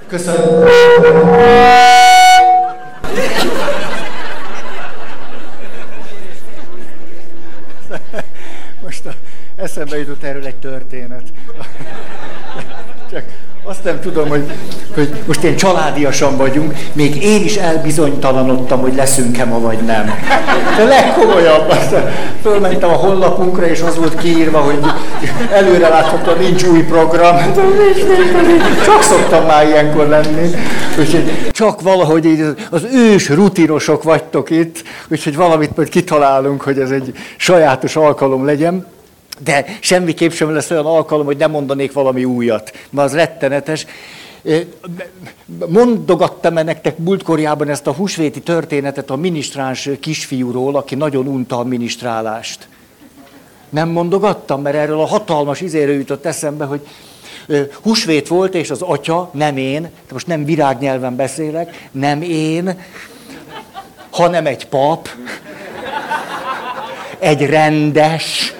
Köszönöm. Most eszembe jutott erről egy történet. Csak azt nem tudom, hogy most ilyen családiasan vagyunk, még én is elbizonytalanodtam, hogy leszünk-e ma, vagy nem. De legkomolyabb, aztán fölmentem a honlapunkra, és az volt kiírva, hogy előre láthatóan nincs új program. Csak szoktam már ilyenkor lenni. Úgyhogy csak valahogy így az ős rutinosok vagytok itt, úgyhogy valamit majd kitalálunk, hogy ez egy sajátos alkalom legyen. De semmiképp sem lesz olyan alkalom, hogy nem mondanék valami újat. Mert az rettenetes. Mondogattam-e nektek múltkorjában ezt a húsvéti történetet a minisztráns kisfiúról, aki nagyon unta a minisztrálást? Nem mondogattam, mert erről a hatalmas izéről jutott eszembe, hogy húsvét volt, és az atya, nem én, most nem virágnyelven beszélek, nem én, hanem egy pap, egy rendes,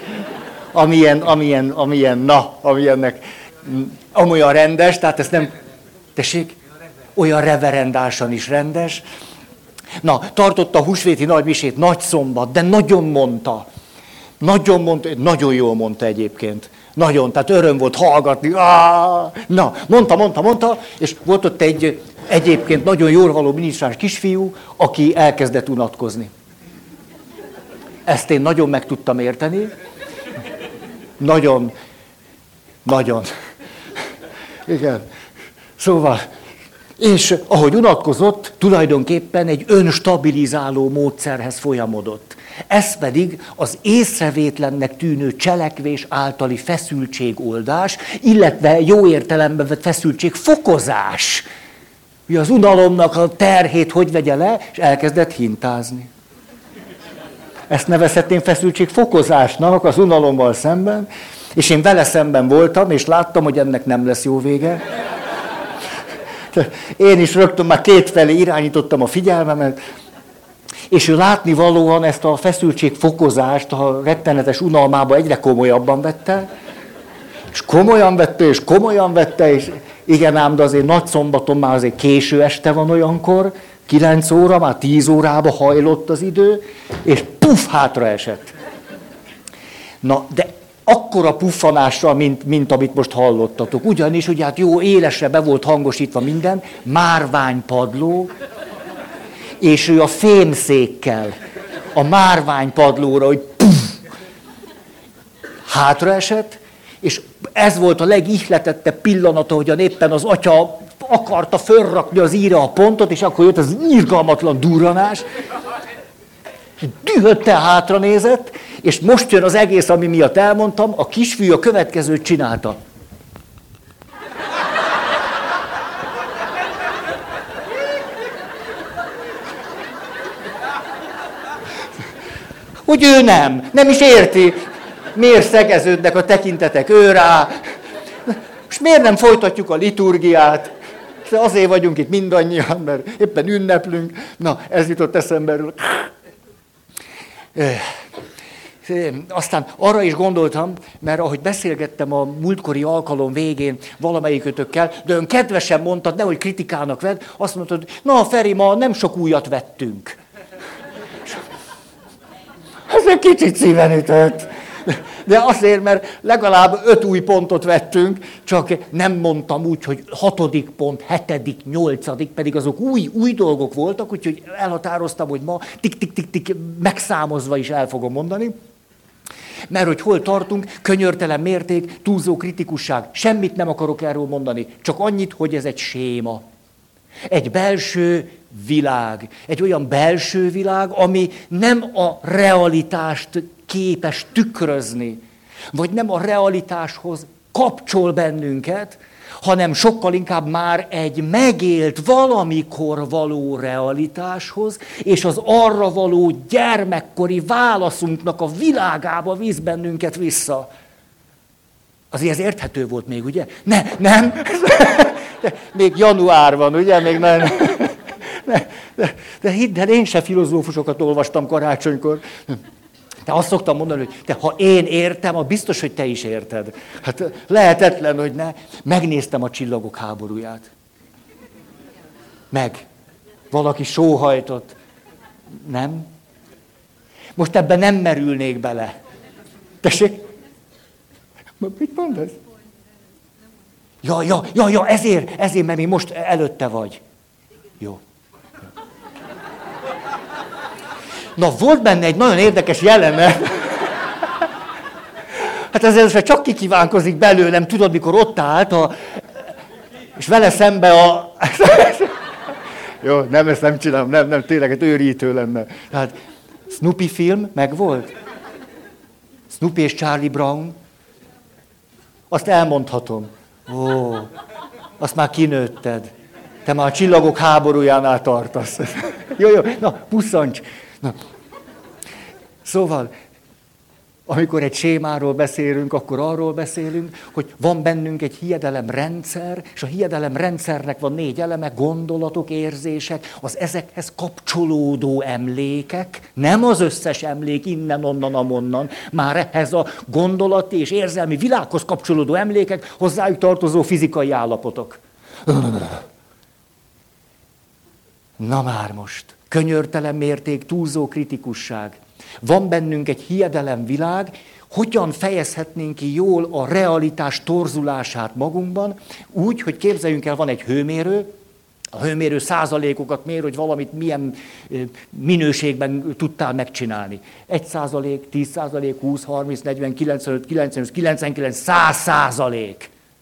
amolyan rendes, tehát ezt nem, tessék, olyan reverendásan is rendes. Na, tartotta a húsvéti nagymisét, nagyszombat, de nagyon mondta, nagyon jól mondta egyébként. Nagyon, tehát öröm volt hallgatni. Na, mondta, és volt ott egy egyébként nagyon jól való minisztráns kisfiú, aki elkezdett unatkozni. Ezt én nagyon meg tudtam érteni. Nagyon. Igen. Szóval, és ahogy unatkozott, tulajdonképpen egy önstabilizáló módszerhez folyamodott. Ez pedig az észrevétlennek tűnő cselekvés általi feszültségoldás, illetve jó értelemben vett feszültségfokozás. Hogy az unalomnak a terhét hogy vegye le, és elkezdett hintázni. Ezt nevezhetném feszültségfokozásnak az unalommal szemben, és én vele szemben voltam, és láttam, hogy ennek nem lesz jó vége. Én is rögtön már kétfelé irányítottam a figyelmemet, és ő látnivalóan ezt a feszültségfokozást a rettenetes unalmába egyre komolyabban vette, és komolyan vette, és igen ám, de azért nagyszombaton már azért késő este van olyankor, 9 óra, már 10 órába hajlott az idő, és puff, hátra esett. Na, de akkora puffanásra, mint amit most hallottatok. Ugyanis, ugye hát jó, élesre be volt hangosítva minden, márványpadló, és ő a fémszékkel a márványpadlóra, hogy puff, hátra esett, és ez volt a legihletettebb pillanata, hogyan éppen az atya akarta fölrakni az íra a pontot, és akkor jött az irgalmatlan durranás. Dühötten hátra nézett, és most jön az egész, ami miatt elmondtam, a kisfiú a következőt csinálta. Hogy ő nem is érti, miért szegeződnek a tekintetek őrá, és miért nem folytatjuk a liturgiát. Azért vagyunk itt mindannyian, mert éppen ünneplünk. Na, ez jutott eszembe erről. Aztán arra is gondoltam, mert ahogy beszélgettem a múltkori alkalom végén valamelyikötökkel, de ön kedvesen mondtad, nehogy kritikának vedd, azt mondtad, na Feri, ma nem sok újat vettünk. Ez egy kicsit szíven ütött. De azért, mert legalább 5 új pontot vettünk, csak nem mondtam úgy, hogy 6. pont, 7., 8., pedig azok új dolgok voltak, úgyhogy elhatároztam, hogy ma tik megszámozva is el fogom mondani. Mert hogy hol tartunk, könyörtelen mérték, túlzó kritikusság. Semmit nem akarok erről mondani, csak annyit, hogy ez egy séma. Egy belső világ, egy olyan belső világ, ami nem a realitást képes tükrözni, vagy nem a realitáshoz kapcsol bennünket, hanem sokkal inkább már egy megélt valamikor való realitáshoz, és az arra való gyermekkori válaszunknak a világába visz bennünket vissza. Azért ez érthető volt még, ugye? Nem? Még január van, ugye? Még nem. De hidd el, én se filozófusokat olvastam karácsonykor. De azt szoktam mondani, hogy ha én értem, biztos, hogy te is érted. Hát lehetetlen, hogy ne. Megnéztem a Csillagok háborúját. Meg. Valaki sóhajtott. Nem? Most ebben nem merülnék bele. Tessék? Mit mondasz? Ja, ezért, mert még most előtte vagy. Jó. Na, volt benne egy nagyon érdekes jelenet. Hát ezzel csak kikívánkozik belőlem, tudod, mikor ott állt, és vele szembe a... Jó, nem, ezt nem csinálom, nem, tényleg, egy őrítő lenne. Tehát Snoopy film megvolt? Snoopy és Charlie Brown? Azt elmondhatom. Ó, azt már kinőtted. Te már a Csillagok háborújánál tartasz. Jó, na, pusszancs. Na. Szóval, amikor egy sémáról beszélünk, akkor arról beszélünk, hogy van bennünk egy hiedelemrendszer, és a hiedelemrendszernek van 4 eleme, gondolatok, érzések, az ezekhez kapcsolódó emlékek, nem az összes emlék innen, onnan, amonnan, már ehhez a gondolati és érzelmi világhoz kapcsolódó emlékek, hozzájuk tartozó fizikai állapotok. Na már most, könyörtelen mérték, túlzó kritikusság. Van bennünk egy hiedelemvilág, hogyan fejezhetnénk ki jól a realitás torzulását magunkban, úgy, hogy képzeljünk el, van egy hőmérő, a hőmérő százalékokat mér, hogy valamit milyen minőségben tudtál megcsinálni. 1%, 10%, 20, 30, 40, 95, 95, 99, 100%.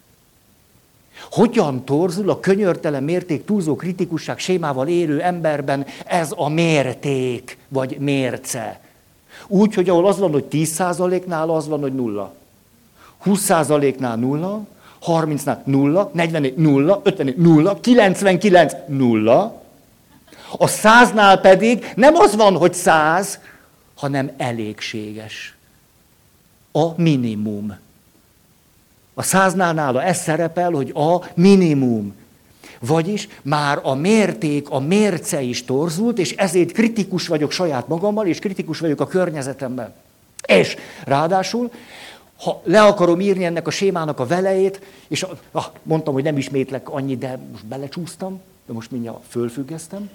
Hogyan torzul a könyörtelen mérték, túlzó kritikusság sémával élő emberben ez a mérték, vagy mérce? Úgy, hogy ahol az van, hogy 10%-nál az van, hogy 0. 20%-nál 0, 30-nál 0, 40-nél 0, 50-nél 0, 99 0. A 100-nál pedig nem az van, hogy 100, hanem elégséges. A minimum. A 100-nál nála ez szerepel, hogy a minimum. Vagyis már a mérték, a mérce is torzult, és ezért kritikus vagyok saját magammal, és kritikus vagyok a környezetemben. És ráadásul, ha le akarom írni ennek a sémának a velejét, és mondtam, hogy nem ismétlek annyi, de most belecsúsztam, de most mindjárt fölfüggesztem.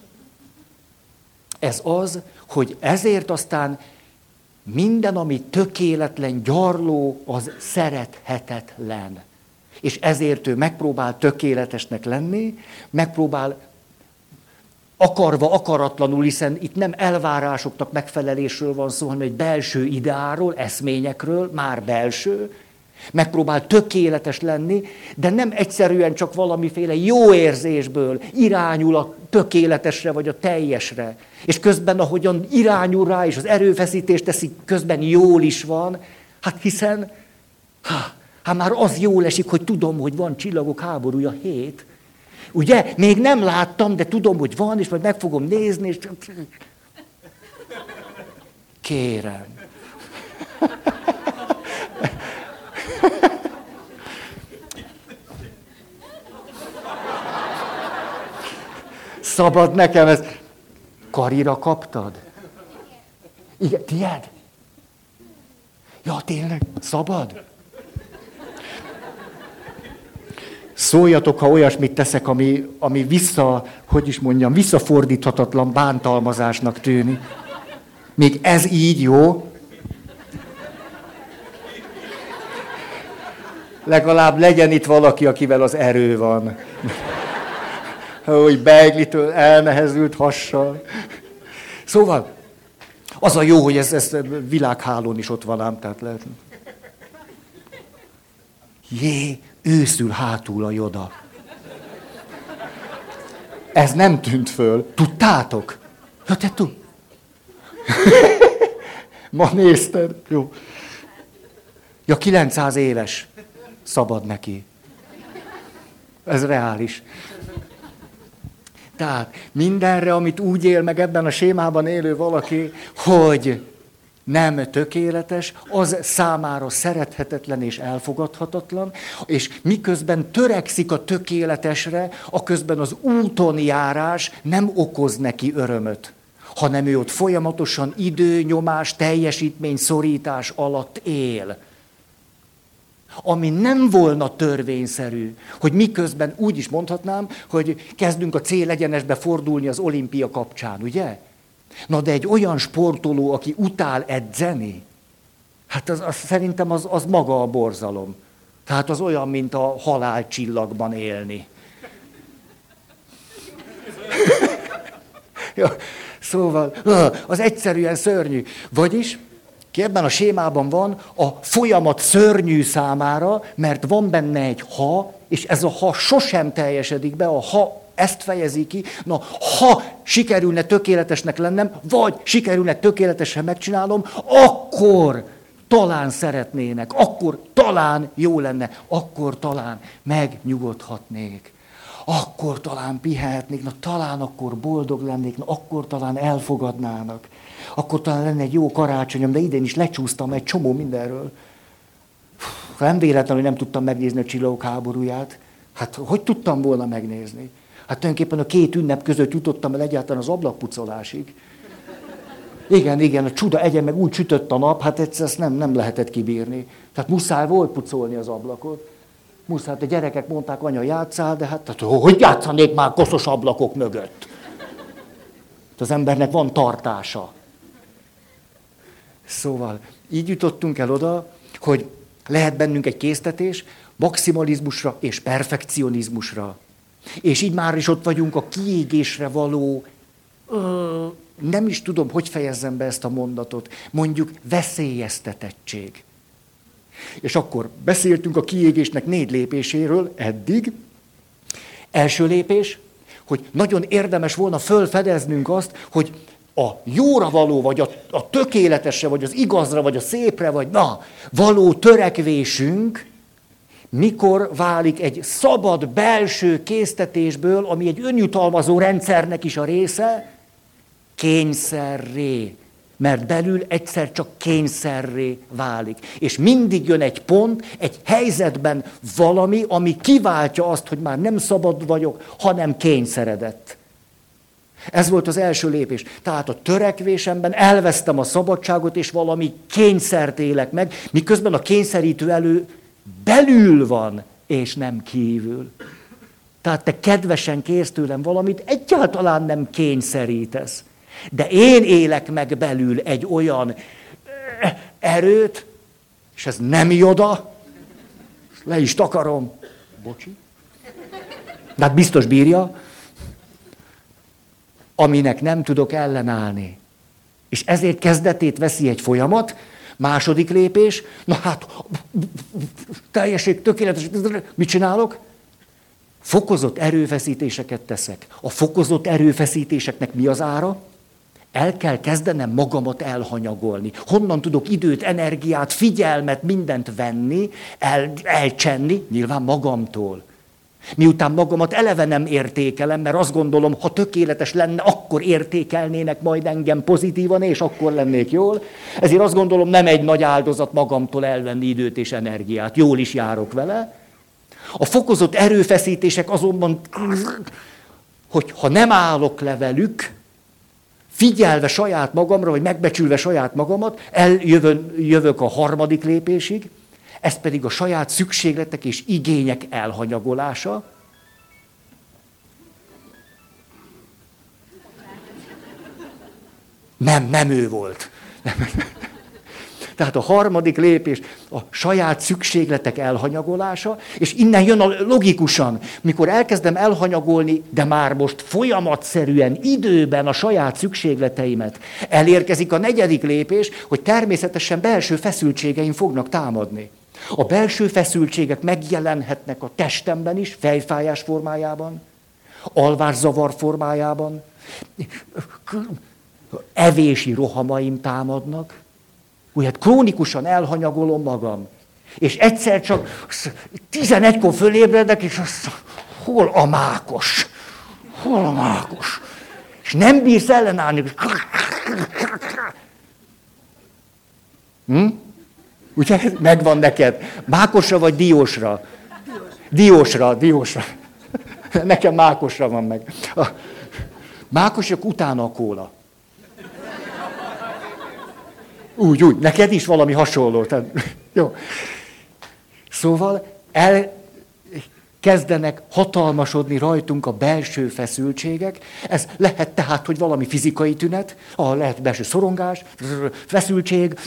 Ez az, hogy ezért aztán minden, ami tökéletlen, gyarló, az szerethetetlen. És ezért ő megpróbál tökéletesnek lenni, megpróbál akarva, akaratlanul, hiszen itt nem elvárásoknak megfelelésről van szó, hanem egy belső ideáról, eszményekről, már belső, megpróbál tökéletes lenni, de nem egyszerűen csak valamiféle jó érzésből irányul a tökéletesre vagy a teljesre. És közben, ahogyan irányul rá, és az erőfeszítést teszik, közben jól is van, hát hiszen, hát már az jól esik, hogy tudom, hogy van Csillagok háborúja 7. Ugye? Még nem láttam, de tudom, hogy van, és majd meg fogom nézni, és... Kérem. Szabad nekem ezt. Karira kaptad? Igen, tiéd? Ja, tényleg, szabad? Szóljatok, ha olyasmit teszek, ami visszafordíthatatlan bántalmazásnak tűnik. Még ez így jó? Legalább legyen itt valaki, akivel az erő van. Hogy Beiglitől elnehezült hassal. Szóval, az a jó, hogy ez világhálón is ott van ám, tehát lehet. Őszül hátul a Yoda. Ez nem tűnt föl. Tudtátok? Ja, te tud. Ma nézted? Jó. Ja, 900 éves. Szabad neki. Ez reális. Tehát mindenre, amit úgy él meg ebben a sémában élő valaki, hogy nem tökéletes, az számára szerethetetlen és elfogadhatatlan, és miközben törekszik a tökéletesre, aközben az úton járás nem okoz neki örömöt, hanem ő ott folyamatosan időnyomás, teljesítmény, szorítás alatt él. ami nem volna törvényszerű, hogy miközben úgy is mondhatnám, hogy kezdünk a célegyenesbe fordulni az olimpia kapcsán, ugye? Na de egy olyan sportoló, aki utál edzeni, hát az szerintem az maga a borzalom. Tehát az olyan, mint a halálcsillagban élni. Ja, szóval, az egyszerűen szörnyű. Vagyis, ebben a sémában van a folyamat szörnyű számára, mert van benne egy ha, és ez a ha sosem teljesedik be, a ha ezt fejezi ki, na, ha sikerülne tökéletesnek lennem, vagy sikerülne tökéletesen megcsinálom, akkor talán szeretnének, akkor talán jó lenne, akkor talán megnyugodhatnék, akkor talán pihenhetnék, na talán akkor boldog lennék, na akkor talán elfogadnának, akkor talán lenne egy jó karácsonyom, de idén is lecsúsztam egy csomó mindenről. Nem véletlenül nem tudtam megnézni a Csillagok háborúját. Hát hogy tudtam volna megnézni? Hát tulajdonképpen a két ünnep között jutottam el egyáltalán az ablakpucolásig. Igen, a csuda egyen meg úgy sütött a nap, hát ezt nem lehetett kibírni. Tehát muszáj volt pucolni az ablakot. Muszáj, hát a gyerekek mondták, anya, játszál, de hát hogy játszanék már koszos ablakok mögött? Az embernek van tartása. Szóval így jutottunk el oda, hogy lehet bennünk egy késztetés maximalizmusra és perfekcionizmusra. És így már is ott vagyunk a kiégésre való, nem is tudom, hogy fejezzem be ezt a mondatot, mondjuk veszélyeztetettség. És akkor beszéltünk a kiégésnek 4 lépéséről eddig. Első lépés, hogy nagyon érdemes volna fölfedeznünk azt, hogy a jóra való, vagy a tökéletesre, vagy az igazra, vagy a szépre, vagy való törekvésünk, mikor válik egy szabad belső késztetésből, ami egy önjutalmazó rendszernek is a része, kényszerré. Mert belül egyszer csak kényszerré válik. És mindig jön egy pont, egy helyzetben valami, ami kiváltja azt, hogy már nem szabad vagyok, hanem kényszeredett. Ez volt az első lépés. Tehát a törekvésemben elvesztem a szabadságot, és valami kényszert élek meg, miközben a kényszerítő elő belül van, és nem kívül. Tehát te kedvesen kérsz tőlem valamit, egyáltalán nem kényszerítesz. De én élek meg belül egy olyan erőt, és ez nem joda, le is takarom. Bocsi. De hát biztos bírja, aminek nem tudok ellenállni. És ezért kezdetét veszi egy folyamat. Második lépés, na hát, teljesség, tökéletes, mit csinálok? Fokozott erőfeszítéseket teszek. A fokozott erőfeszítéseknek mi az ára? El kell kezdenem magamat elhanyagolni. Honnan tudok időt, energiát, figyelmet, mindent venni, elcsenni? Nyilván magamtól. Miután magamat eleve nem értékelem, mert azt gondolom, ha tökéletes lenne, akkor értékelnének majd engem pozitívan, és akkor lennék jól. Ezért azt gondolom, nem egy nagy áldozat magamtól elvenni időt és energiát. Jól is járok vele. A fokozott erőfeszítések azonban, hogy ha nem állok le velük, figyelve saját magamra, vagy megbecsülve saját magamat, jövök a harmadik lépésig, ez pedig a saját szükségletek és igények elhanyagolása. Nem ő volt. Tehát a harmadik lépés a saját szükségletek elhanyagolása, és innen jön a logikusan, mikor elkezdem elhanyagolni, de már most folyamatszerűen, időben a saját szükségleteimet, elérkezik a negyedik lépés, hogy természetesen belső feszültségeim fognak támadni. A belső feszültségek megjelenhetnek a testemben is, fejfájás formájában, alvászavar formájában, evési rohamaim támadnak, úgy hát krónikusan elhanyagolom magam. És egyszer csak 11-kor fölébredek, és azt hol a mákos? Hol a mákos? És nem bírsz ellenállni. Ugye? Megvan neked. Mákosra vagy diósra? Diósra. Nekem mákosra van meg. A mákosok utána a kóla. Úgy. Neked is valami hasonló. Tehát, jó. Szóval elkezdenek hatalmasodni rajtunk a belső feszültségek. Ez lehet tehát, hogy valami fizikai tünet, lehet belső szorongás, feszültség,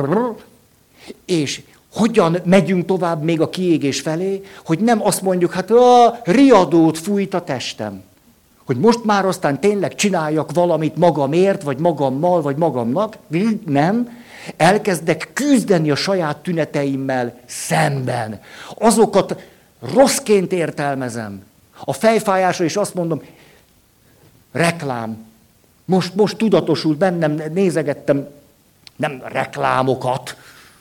és hogyan megyünk tovább még a kiégés felé, hogy nem azt mondjuk, hát riadót fújt a testem. Hogy most már aztán tényleg csináljak valamit magamért, vagy magammal, vagy magamnak. Nem. Elkezdek küzdeni a saját tüneteimmel szemben. Azokat rosszként értelmezem. A fejfájásra is azt mondom, reklám. Most tudatosult bennem, nézegettem nem reklámokat.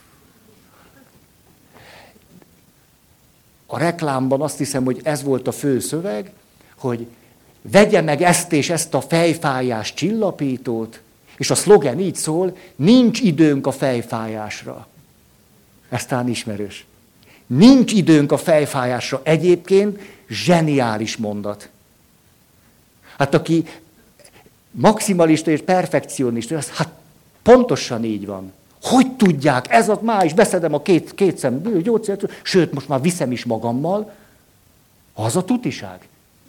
A reklámban azt hiszem, hogy ez volt a fő szöveg, hogy vegye meg ezt és ezt a fejfájás csillapítót, és a szlogen így szól, nincs időnk a fejfájásra. Ez talán ismerős. Nincs időnk a fejfájásra. Egyébként zseniális mondat. Hát aki maximalista és perfekcionista, az hát pontosan így van. Hogy tudják? Ez ott már is beszedem a két szem gyógyszert, sőt, most már viszem is magammal. Az a tutiság.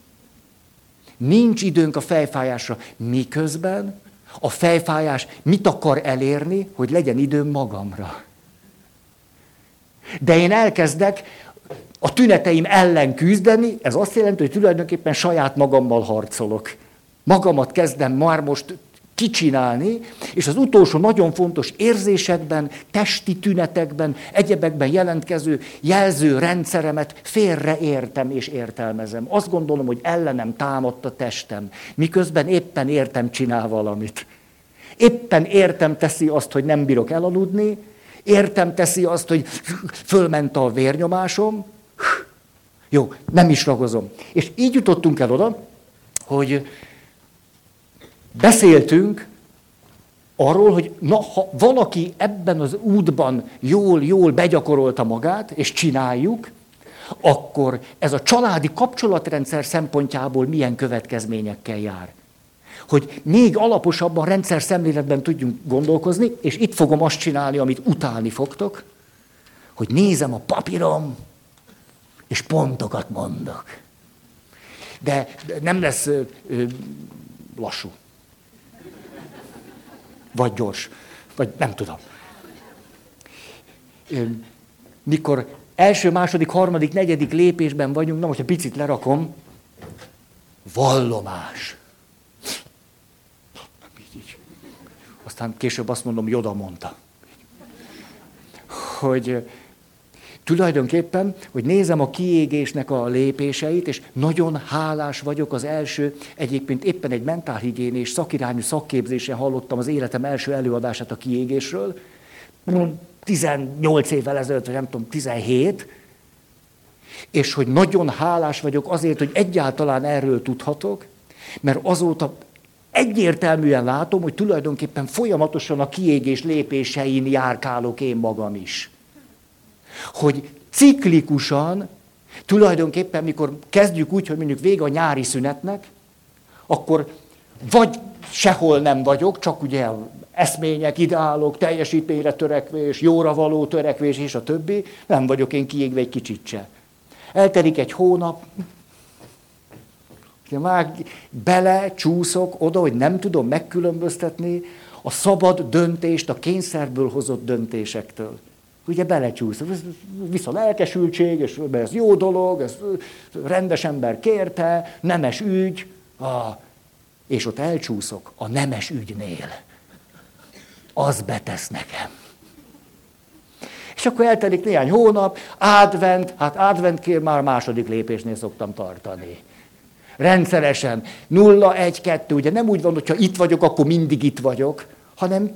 Nincs időnk a fejfájásra. Miközben a fejfájás mit akar elérni, hogy legyen időm magamra. De én elkezdek a tüneteim ellen küzdeni, ez azt jelenti, hogy tulajdonképpen saját magammal harcolok. Magamat kezdem már most kicsinálni, és az utolsó nagyon fontos érzésekben, testi tünetekben, egyebekben jelentkező jelző rendszeremet félreértem és értelmezem. Azt gondolom, hogy ellenem támadt a testem, miközben éppen értem csinál valamit. Éppen értem teszi azt, hogy nem bírok elaludni, értem teszi azt, hogy fölment a vérnyomásom. Jó, nem is ragozom. És így jutottunk el oda, hogy beszéltünk arról, hogy ha valaki ebben az útban jól begyakorolta magát, és csináljuk, akkor ez a családi kapcsolatrendszer szempontjából milyen következményekkel jár. Hogy még alaposabban rendszer szemléletben tudjunk gondolkozni, és itt fogom azt csinálni, amit utálni fogtok, hogy nézem a papírom, és pontokat mondok. De nem lesz lassú. Vagy gyors. Vagy nem tudom. Mikor első, második, harmadik, negyedik lépésben vagyunk, na most egy picit lerakom, vallomás. Így. Aztán később azt mondom, Joda mondta. Hogy tulajdonképpen, hogy nézem a kiégésnek a lépéseit, és nagyon hálás vagyok az első, egyébként éppen egy mentálhigiénés szakirányú szakképzésen hallottam az életem első előadását a kiégésről, 18 évvel ezelőtt, vagy nem tudom, 17, és hogy nagyon hálás vagyok azért, hogy egyáltalán erről tudhatok, mert azóta egyértelműen látom, hogy tulajdonképpen folyamatosan a kiégés lépésein járkálok én magam is. Hogy ciklikusan, tulajdonképpen, mikor kezdjük úgy, hogy mondjuk vége a nyári szünetnek, akkor vagy sehol nem vagyok, csak ugye eszmények, ideálok, teljesítményre törekvés, jóra való törekvés és a többi, nem vagyok én kiégve egy kicsit se. Eltelik egy hónap, már belecsúszok oda, hogy nem tudom megkülönböztetni a szabad döntést a kényszerből hozott döntésektől. Ugye belecsúszok, visz a lelkesültség, és ez jó dolog, ez rendes ember kérte, nemes ügy, és ott elcsúszok a nemes ügynél. Az betesz nekem. És akkor eltelik néhány hónap, advent, hát adventkér már második lépésnél szoktam tartani. Rendszeresen, 0, 1, 2, ugye nem úgy van, hogyha itt vagyok, akkor mindig itt vagyok, hanem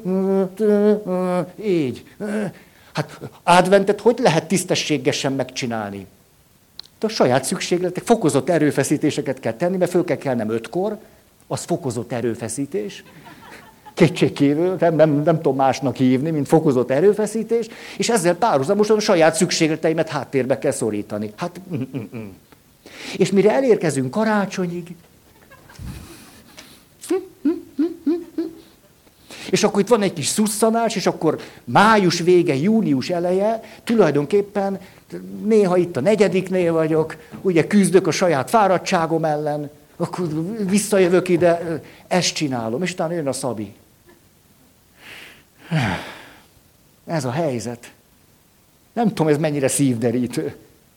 így. Hát adventet hogy lehet tisztességesen megcsinálni? De a saját szükségletek, fokozott erőfeszítéseket kell tenni, mert föl kell kelnem 5-kor, az fokozott erőfeszítés. Kétségkívül, nem tudom másnak hívni, mint fokozott erőfeszítés, és ezzel párhuzamosan a saját szükségleteimet háttérbe kell szorítani. Hát, És mire elérkezünk karácsonyig, És akkor itt van egy kis szusszanás, és akkor május vége, június eleje, tulajdonképpen néha itt a 4. vagyok, ugye küzdök a saját fáradtságom ellen, akkor visszajövök ide, ezt csinálom, és utána jön a Szabi. Ez a helyzet. Nem tudom, ez mennyire szívderítő.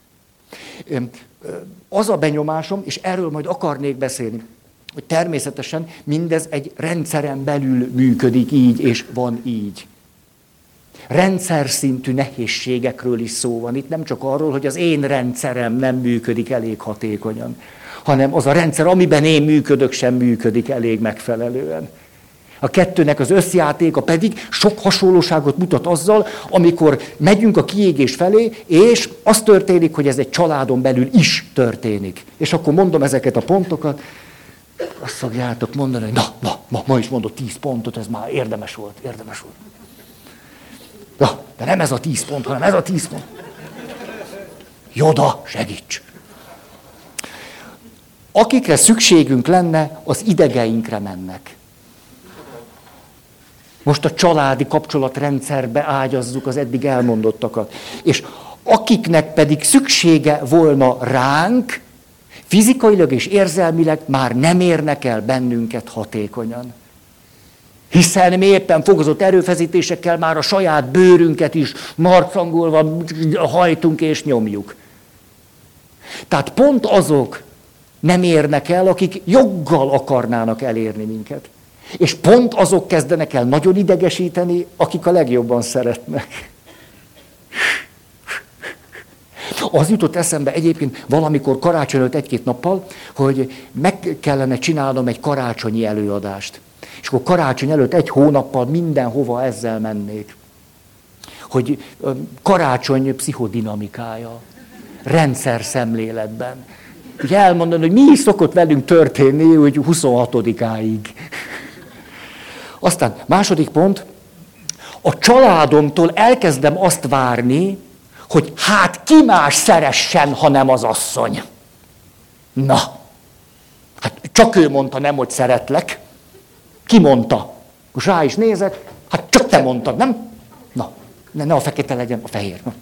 Az a benyomásom, és erről majd akarnék beszélni, hogy természetesen mindez egy rendszeren belül működik így, és van így. Rendszer szintű nehézségekről is szó van. Itt nem csak arról, hogy az én rendszerem nem működik elég hatékonyan, hanem az a rendszer, amiben én működök, sem működik elég megfelelően. A kettőnek az összjátéka pedig sok hasonlóságot mutat azzal, amikor megyünk a kiégés felé, és az történik, hogy ez egy családon belül is történik. És akkor mondom ezeket a pontokat, azt fogjátok mondani, hogy ma is mondott 10 pontot, ez már érdemes volt. Na, de nem ez a 10 pont, hanem ez a 10 pont. Joda, segíts! Akikre szükségünk lenne, az idegeinkre mennek. Most a családi kapcsolatrendszerbe ágyazzuk az eddig elmondottakat. És akiknek pedig szüksége volna ránk, fizikailag és érzelmileg már nem érnek el bennünket hatékonyan. Hiszen mi éppen fokozott erőfeszítésekkel már a saját bőrünket is marcangolva hajtunk és nyomjuk. Tehát pont azok nem érnek el, akik joggal akarnának elérni minket. És pont azok kezdenek el nagyon idegesíteni, akik a legjobban szeretnek. Az jutott eszembe egyébként valamikor karácsony előtt 1-2 nappal, hogy meg kellene csinálnom egy karácsonyi előadást. És akkor karácsony előtt 1 hónappal mindenhova ezzel mennék. Hogy karácsony pszichodinamikája, rendszer szemléletben. Ugye elmondani, hogy mi is szokott velünk történni, úgy 26-áig. Aztán második pont, a családomtól elkezdem azt várni, hogy hát ki más szeressen, ha nem az asszony. Na, hát csak ő mondta, nem, hogy szeretlek. Ki mondta? Most rá is nézek, hát csak te mondtad, nem? Na, ne a fekete legyen, a fehér. Na.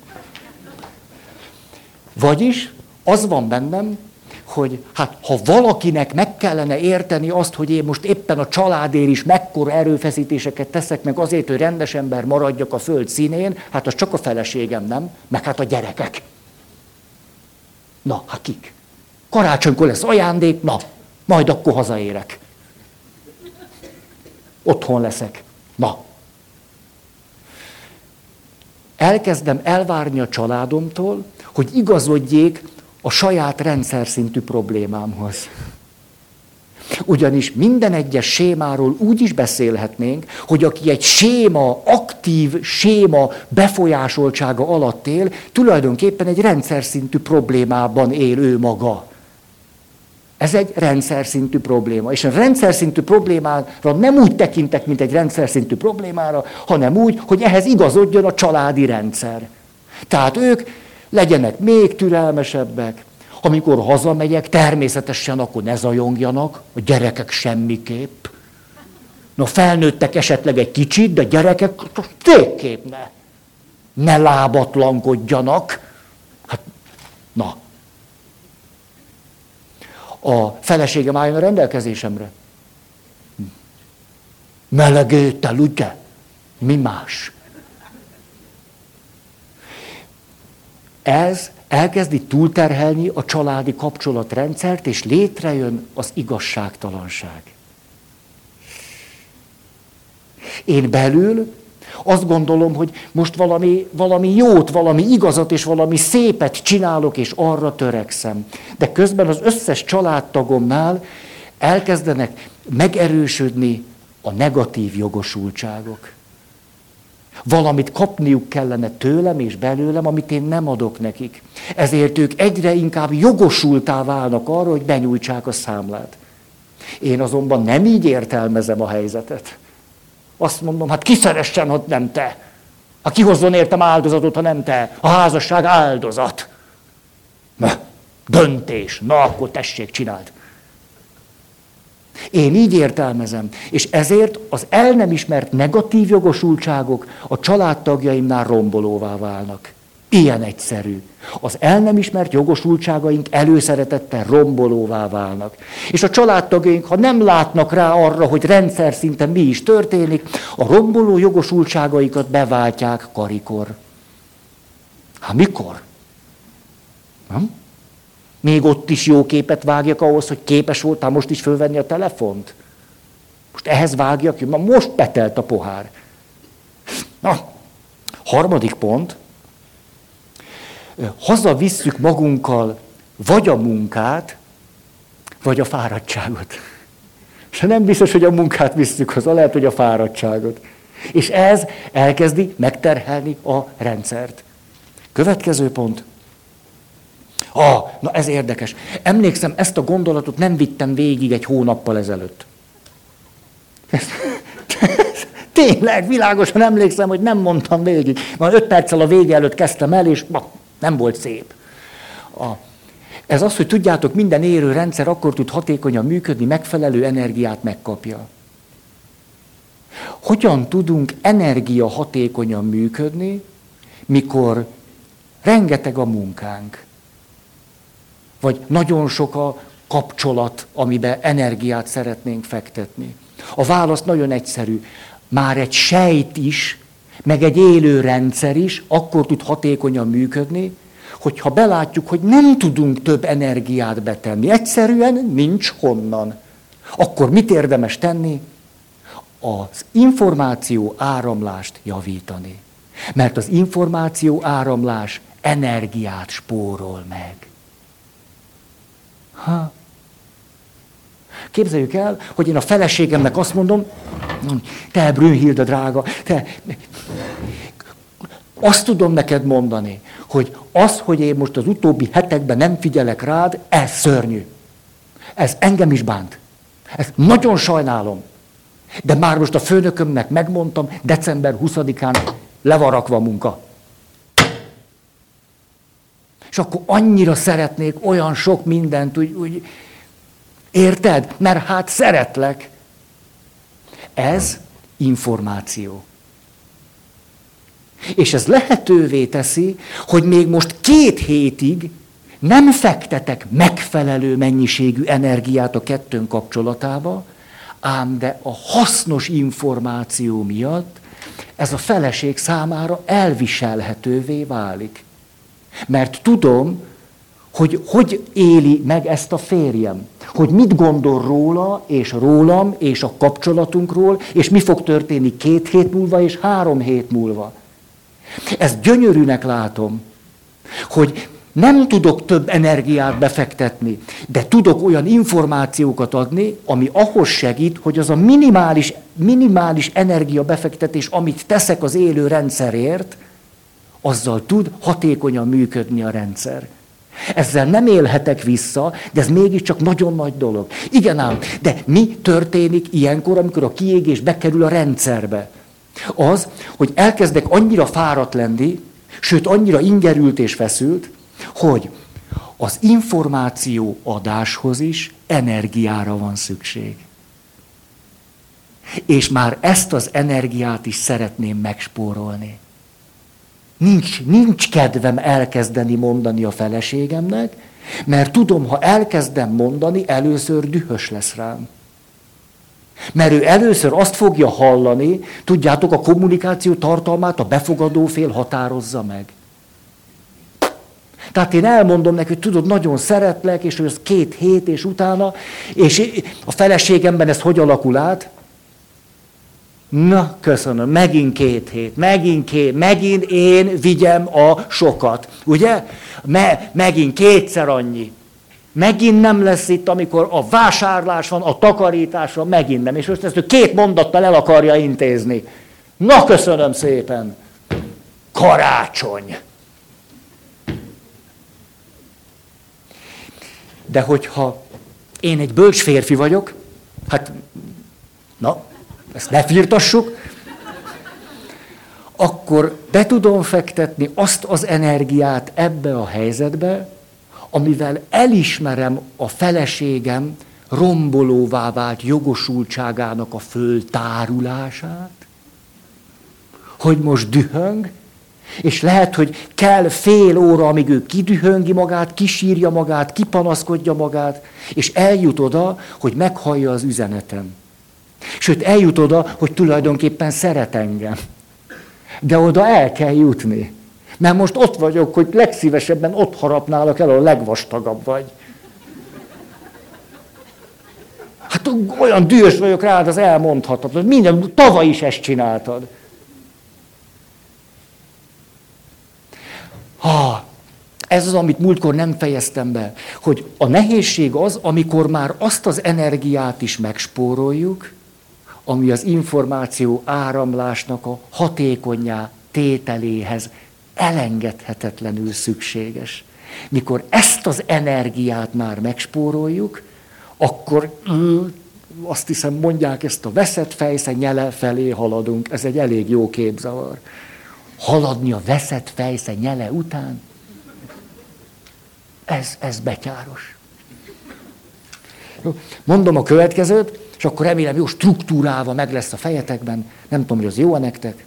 Vagyis az van bennem, hogy hát ha valakinek meg kellene érteni azt, hogy én most éppen a családért is mekkora erőfeszítéseket teszek meg azért, hogy rendes ember maradjak a föld színén, hát az csak a feleségem, nem? Meg hát a gyerekek. Na, hát kik? Karácsonykor lesz ajándék, na, majd akkor hazaérek. Otthon leszek. Na. Elkezdem elvárni a családomtól, hogy igazodjék a saját rendszer szintű problémámhoz. Ugyanis minden egyes sémáról úgy is beszélhetnénk, hogy aki egy séma, aktív séma befolyásoltsága alatt él, tulajdonképpen egy rendszer szintű problémában él ő maga. Ez egy rendszer szintű probléma. És a rendszer szintű problémára nem úgy tekintek, mint egy rendszer szintű problémára, hanem úgy, hogy ehhez igazodjon a családi rendszer. Tehát ők legyenek még türelmesebbek. Amikor hazamegyek, természetesen akkor ne zajongjanak, a gyerekek semmiképp. Na, felnőttek esetleg egy kicsit, de gyerekek végképp ne. Ne lábatlankodjanak. Hát, na. A feleségem álljon a rendelkezésemre. Meleg étel, ugye? Mi más? Ez elkezdi túlterhelni a családi kapcsolatrendszert, és létrejön az igazságtalanság. Én belül azt gondolom, hogy most valami jót, valami igazat és valami szépet csinálok, és arra törekszem. De közben az összes családtagomnál elkezdenek megerősödni a negatív jogosultságok. Valamit kapniuk kellene tőlem és belőlem, amit én nem adok nekik. Ezért ők egyre inkább jogosultá válnak arra, hogy benyújtsák a számlát. Én azonban nem így értelmezem a helyzetet. Azt mondom, hát ki szeressen, ha nem te? Hát ki hozzon értem áldozatot, ha nem te? A házasság áldozat. Na, döntés. Na, akkor tessék, csináld. Én így értelmezem. És ezért az el nem ismert negatív jogosultságok a családtagjaimnál rombolóvá válnak. Ilyen egyszerű. Az el nem ismert jogosultságaink előszeretettel rombolóvá válnak. És a családtagjaink, ha nem látnak rá arra, hogy rendszer szinten mi is történik, a romboló jogosultságaikat beváltják karikor. Hát mikor? Nem? Még ott is jó képet vágjak ahhoz, hogy képes voltál most is fölvenni a telefont? Most ehhez vágjak, ma most betelt a pohár. Na, harmadik pont. Hazavisszük magunkkal vagy a munkát, vagy a fáradtságot. És nem biztos, hogy a munkát visszük haza, lehet, hogy a fáradtságot. És ez elkezdi megterhelni a rendszert. Következő pont. Na ez érdekes. Emlékszem, ezt a gondolatot nem vittem végig egy hónappal ezelőtt. Tényleg, világosan emlékszem, hogy nem mondtam végig. Már 5 perccel a vége előtt kezdtem el, és nem volt szép. Ez az, hogy tudjátok, minden élő rendszer akkor tud hatékonyan működni, megfelelő energiát megkapja. Hogyan tudunk energia hatékonyan működni, mikor rengeteg a munkánk? Vagy nagyon sok a kapcsolat, amiben energiát szeretnénk fektetni. A válasz nagyon egyszerű. Már egy sejt is, meg egy élő rendszer is akkor tud hatékonyan működni, hogyha belátjuk, hogy nem tudunk több energiát betenni. Egyszerűen nincs honnan. Akkor mit érdemes tenni? Az információ áramlást javítani. Mert az információ áramlás energiát spórol meg. Képzeljük el, hogy én a feleségemnek azt mondom, te Brünnhilde drága, te... Azt tudom neked mondani, hogy az, hogy én most az utóbbi hetekben nem figyelek rád, ez szörnyű. Ez engem is bánt. Ezt nagyon sajnálom. De már most a főnökömnek megmondtam, december 20-án le van rakva a munka. És akkor annyira szeretnék olyan sok mindent, úgy érted? Mert hát szeretlek. Ez információ. És ez lehetővé teszi, hogy még most 2 hétig nem fektetek megfelelő mennyiségű energiát a kettőnk kapcsolatába, ám de a hasznos információ miatt ez a feleség számára elviselhetővé válik. Mert tudom, hogy éli meg ezt a férjem. Hogy mit gondol róla, és rólam, és a kapcsolatunkról, és mi fog történni 2 hét múlva, és 3 hét múlva. Ezt gyönyörűnek látom, hogy nem tudok több energiát befektetni, de tudok olyan információkat adni, ami ahhoz segít, hogy az a minimális energiabefektetés, amit teszek az élő rendszerért, azzal tud hatékonyan működni a rendszer. Ezzel nem élhetek vissza, de ez mégiscsak nagyon nagy dolog. Igen ám, de mi történik ilyenkor, amikor a kiégés bekerül a rendszerbe? Az, hogy elkezdek annyira fáradt lenni, sőt annyira ingerült és feszült, hogy az információ adáshoz is energiára van szükség. És már ezt az energiát is szeretném megspórolni. Nincs kedvem elkezdeni mondani a feleségemnek, mert tudom, ha elkezdem mondani, először dühös lesz rám. Mert ő először azt fogja hallani, tudjátok, a kommunikáció tartalmát a befogadó fél határozza meg. Tehát én elmondom neki, hogy tudod, nagyon szeretlek, és ez 2 hét, és utána, és a feleségemben ez hogy alakul át? Na, köszönöm, megint 2 hét, megint én vigyem a sokat, ugye? Megint 2-szer annyi. Megint nem lesz itt, amikor a vásárlás van, a takarítás van, megint nem. És most ezt ő 2 mondattal el akarja intézni. Na, köszönöm szépen. Karácsony. De hogyha én egy bölcs férfi vagyok, hát, na, ezt ne firtassuk, akkor be tudom fektetni azt az energiát ebbe a helyzetbe, amivel elismerem a feleségem rombolóvá vált jogosultságának a föltárulását, hogy most dühöng, és lehet, hogy kell fél óra, amíg ő kidühöngi magát, kisírja magát, kipanaszkodja magát, és eljut oda, hogy meghallja az üzenetem. Sőt, eljut oda, hogy tulajdonképpen szeret engem. De oda el kell jutni. Mert most ott vagyok, hogy legszívesebben ott harapnálak el, a legvastagabb vagy. Hát olyan dühös vagyok rád, az elmondhatatlan. Minden, tavaly is ezt csináltad. Ez az, amit múltkor nem fejeztem be, hogy a nehézség az, amikor már azt az energiát is megspóroljuk, ami az információ áramlásnak a hatékonnyá tételéhez elengedhetetlenül szükséges. Mikor ezt az energiát már megspóroljuk, akkor azt hiszem mondják, ezt a veszett fejsze nyele felé haladunk. Ez egy elég jó képzavar. Haladni a veszett fejsze nyele után, ez betyáros. Mondom a következőt, és akkor remélem jó struktúrálva meg lesz a fejetekben. Nem tudom, hogy az jó-e nektek.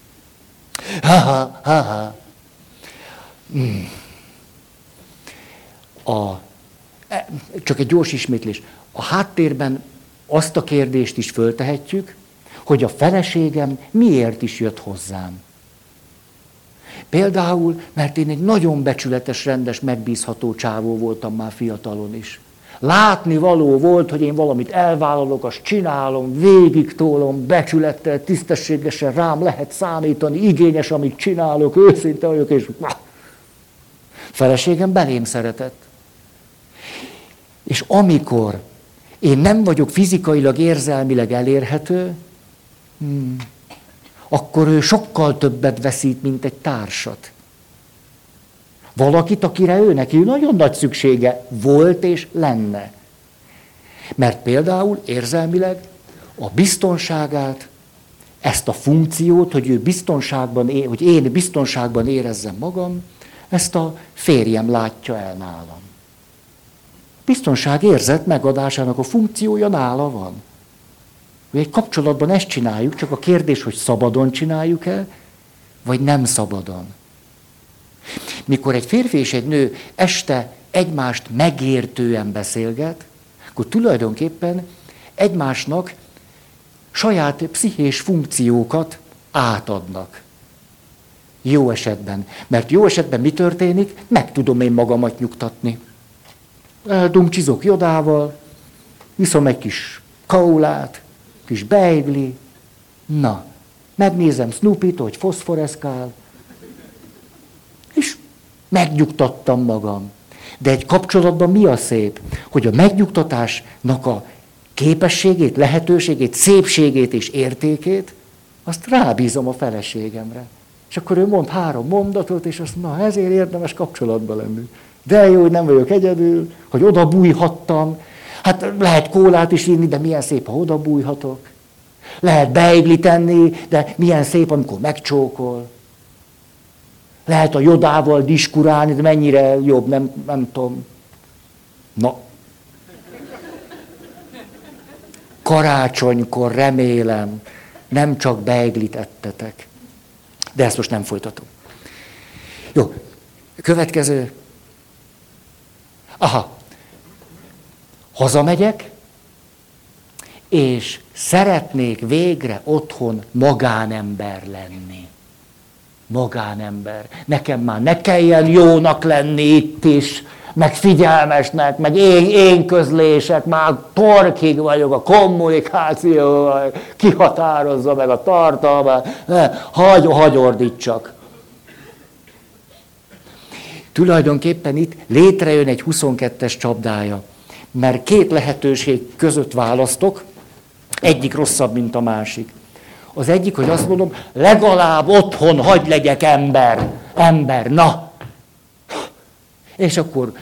Csak egy gyors ismétlés. A háttérben azt a kérdést is föltehetjük, hogy a feleségem miért is jött hozzám. Például, mert én egy nagyon becsületes, rendes, megbízható csávó voltam már fiatalon is. Látni való volt, hogy én valamit elvállalok, azt csinálom, végig tólom, becsülettel, tisztességesen rám lehet számítani, igényes, amit csinálok, őszinte vagyok, és feleségem belém szeretett. És amikor én nem vagyok fizikailag, érzelmileg elérhető, akkor ő sokkal többet veszít, mint egy társat. Valakit, akire neki nagyon nagy szüksége volt és lenne. Mert például érzelmileg a biztonságát, ezt a funkciót, hogy ő biztonságban, hogy én biztonságban érezzem magam, ezt a férjem látja el nálam. Biztonságérzet megadásának a funkciója nála van. Egy kapcsolatban ezt csináljuk, csak a kérdés, hogy szabadon csináljuk-e, vagy nem szabadon. Mikor egy férfi és egy nő este egymást megértően beszélget, akkor tulajdonképpen egymásnak saját pszichés funkciókat átadnak. Jó esetben. Mert jó esetben mi történik? Meg tudom én magamat nyugtatni. Dumcsizok jodával, viszom egy kis kaulát, kis beigli, na, megnézem Snoopyt, hogy foszforeszkál, és megnyugtattam magam. De egy kapcsolatban mi a szép? Hogy a megnyugtatásnak a képességét, lehetőségét, szépségét és értékét, azt rábízom a feleségemre. És akkor ő mond 3 mondatot, és azt, na, ezért érdemes kapcsolatban lenni. De jó, hogy nem vagyok egyedül, hogy oda bújhattam. Hát lehet kólát is inni, de milyen szép, ha oda bújhatok. Lehet beiglit enni, de milyen szép, amikor megcsókol. Lehet a jodával diskurálni, de mennyire jobb, nem tudom. Na. Karácsonykor remélem, nem csak beiglit ettetek. De ezt most nem folytatom. Jó, következő. Aha. Hazamegyek, és szeretnék végre otthon magánember lenni. Magánember. Nekem már ne kelljen jónak lenni itt is, meg figyelmesnek, meg én közlések, már torkig vagyok a kommunikációval, kihatározza meg a tartalmát, hagy ordítsak. Tulajdonképpen itt létrejön egy 22-es csapdája, mert 2 lehetőség között választok, egyik rosszabb, mint a másik. Az egyik, hogy azt mondom, legalább otthon hagy legyek ember, na. És akkor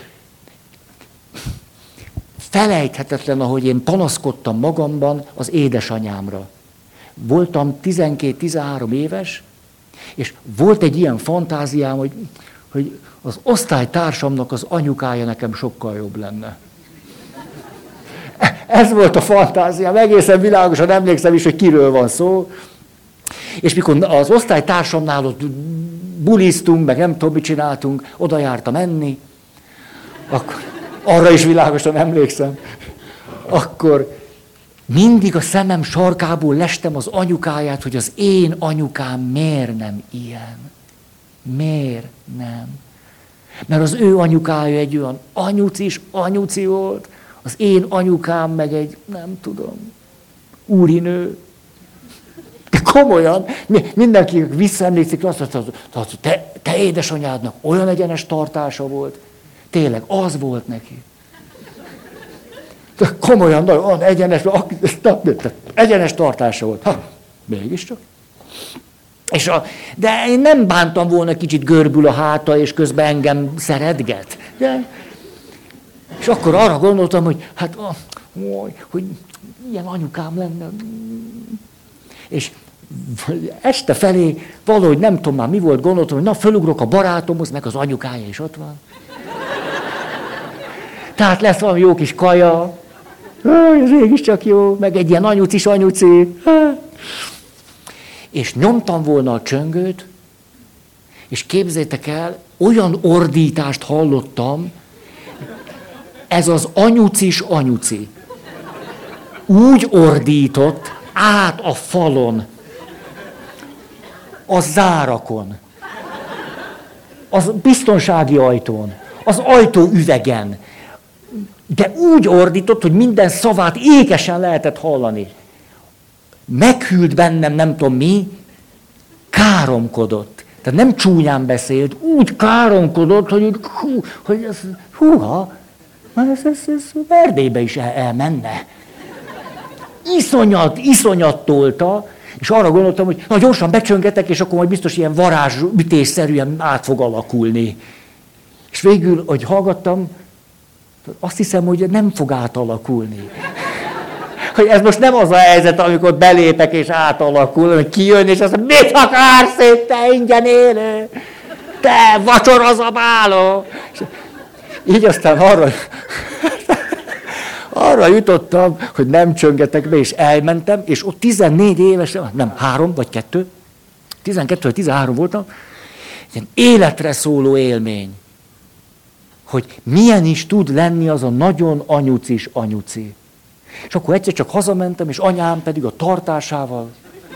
felejthetetlen, ahogy én panaszkodtam magamban az édesanyámra. Voltam 12-13 éves, és volt egy ilyen fantáziám, hogy az osztálytársamnak az anyukája nekem sokkal jobb lenne. Ez volt a fantáziám, egészen világosan emlékszem is, hogy kiről van szó. És mikor az osztálytársamnál ott buliztunk, meg nem tudom, mit csináltunk, oda jártam enni, akkor, arra is világosan emlékszem, akkor mindig a szemem sarkából lestem az anyukáját, hogy az én anyukám miért nem ilyen. Miért nem? Mert az ő anyukája egy olyan anyuci volt, az én anyukám meg egy, nem tudom, úrinő. De komolyan, mindenki visszaemlékszik, azt mondta, hogy te édesanyádnak olyan egyenes tartása volt. Tényleg, az volt neki. De komolyan, nagyon egyenes tartása volt. Mégiscsak. De én nem bántam volna, kicsit görbül a háta, és közben engem szeretget. De, és akkor arra gondoltam, hogy hogy ilyen anyukám lenne. És este felé valahogy nem tudom már mi volt, gondoltam, hogy fölugrok a barátomhoz, meg az anyukája is ott van. Tehát lesz valami jó kis kaja. Ez mégiscsak jó, meg egy ilyen anyuci. És nyomtam volna a csöngőt, és képzeljétek el, olyan ordítást hallottam, ez az anyuci. Úgy ordított át a falon, a zárakon, az biztonsági ajtón, az ajtóüvegen. De úgy ordított, hogy minden szavát ékesen lehetett hallani. Meghűlt bennem, nem tudom mi, káromkodott. Tehát nem csúnyán beszélt, úgy káromkodott, hogy ez Erdélybe is elmenne. Iszonyat tolta, és arra gondoltam, hogy gyorsan becsöngetek, és akkor majd biztos ilyen varázsütésszerűen át fog alakulni. És végül, hogy hallgattam, azt hiszem, hogy nem fog átalakulni. Hogy ez most nem az a helyzet, amikor belépek és átalakul, hogy kijön, és azt mondja, mit akarsz itt, te ingyen élő? Te vacsorazabáló! Így aztán arra jutottam, hogy nem csöngetek be, és elmentem, és ott 14 évesen, nem 3 vagy 2, 12 vagy 13 voltam, ilyen életre szóló élmény, hogy milyen is tud lenni az a nagyon anyuci. És akkor egyszer csak hazamentem, és anyám pedig a tartásával.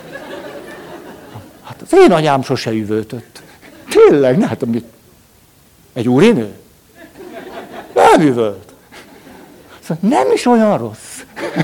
Hát az én anyám sose üvöltött. Tényleg, ne, hát mit? Egy úrinő? Nem üvölt. Szóval nem is olyan rossz.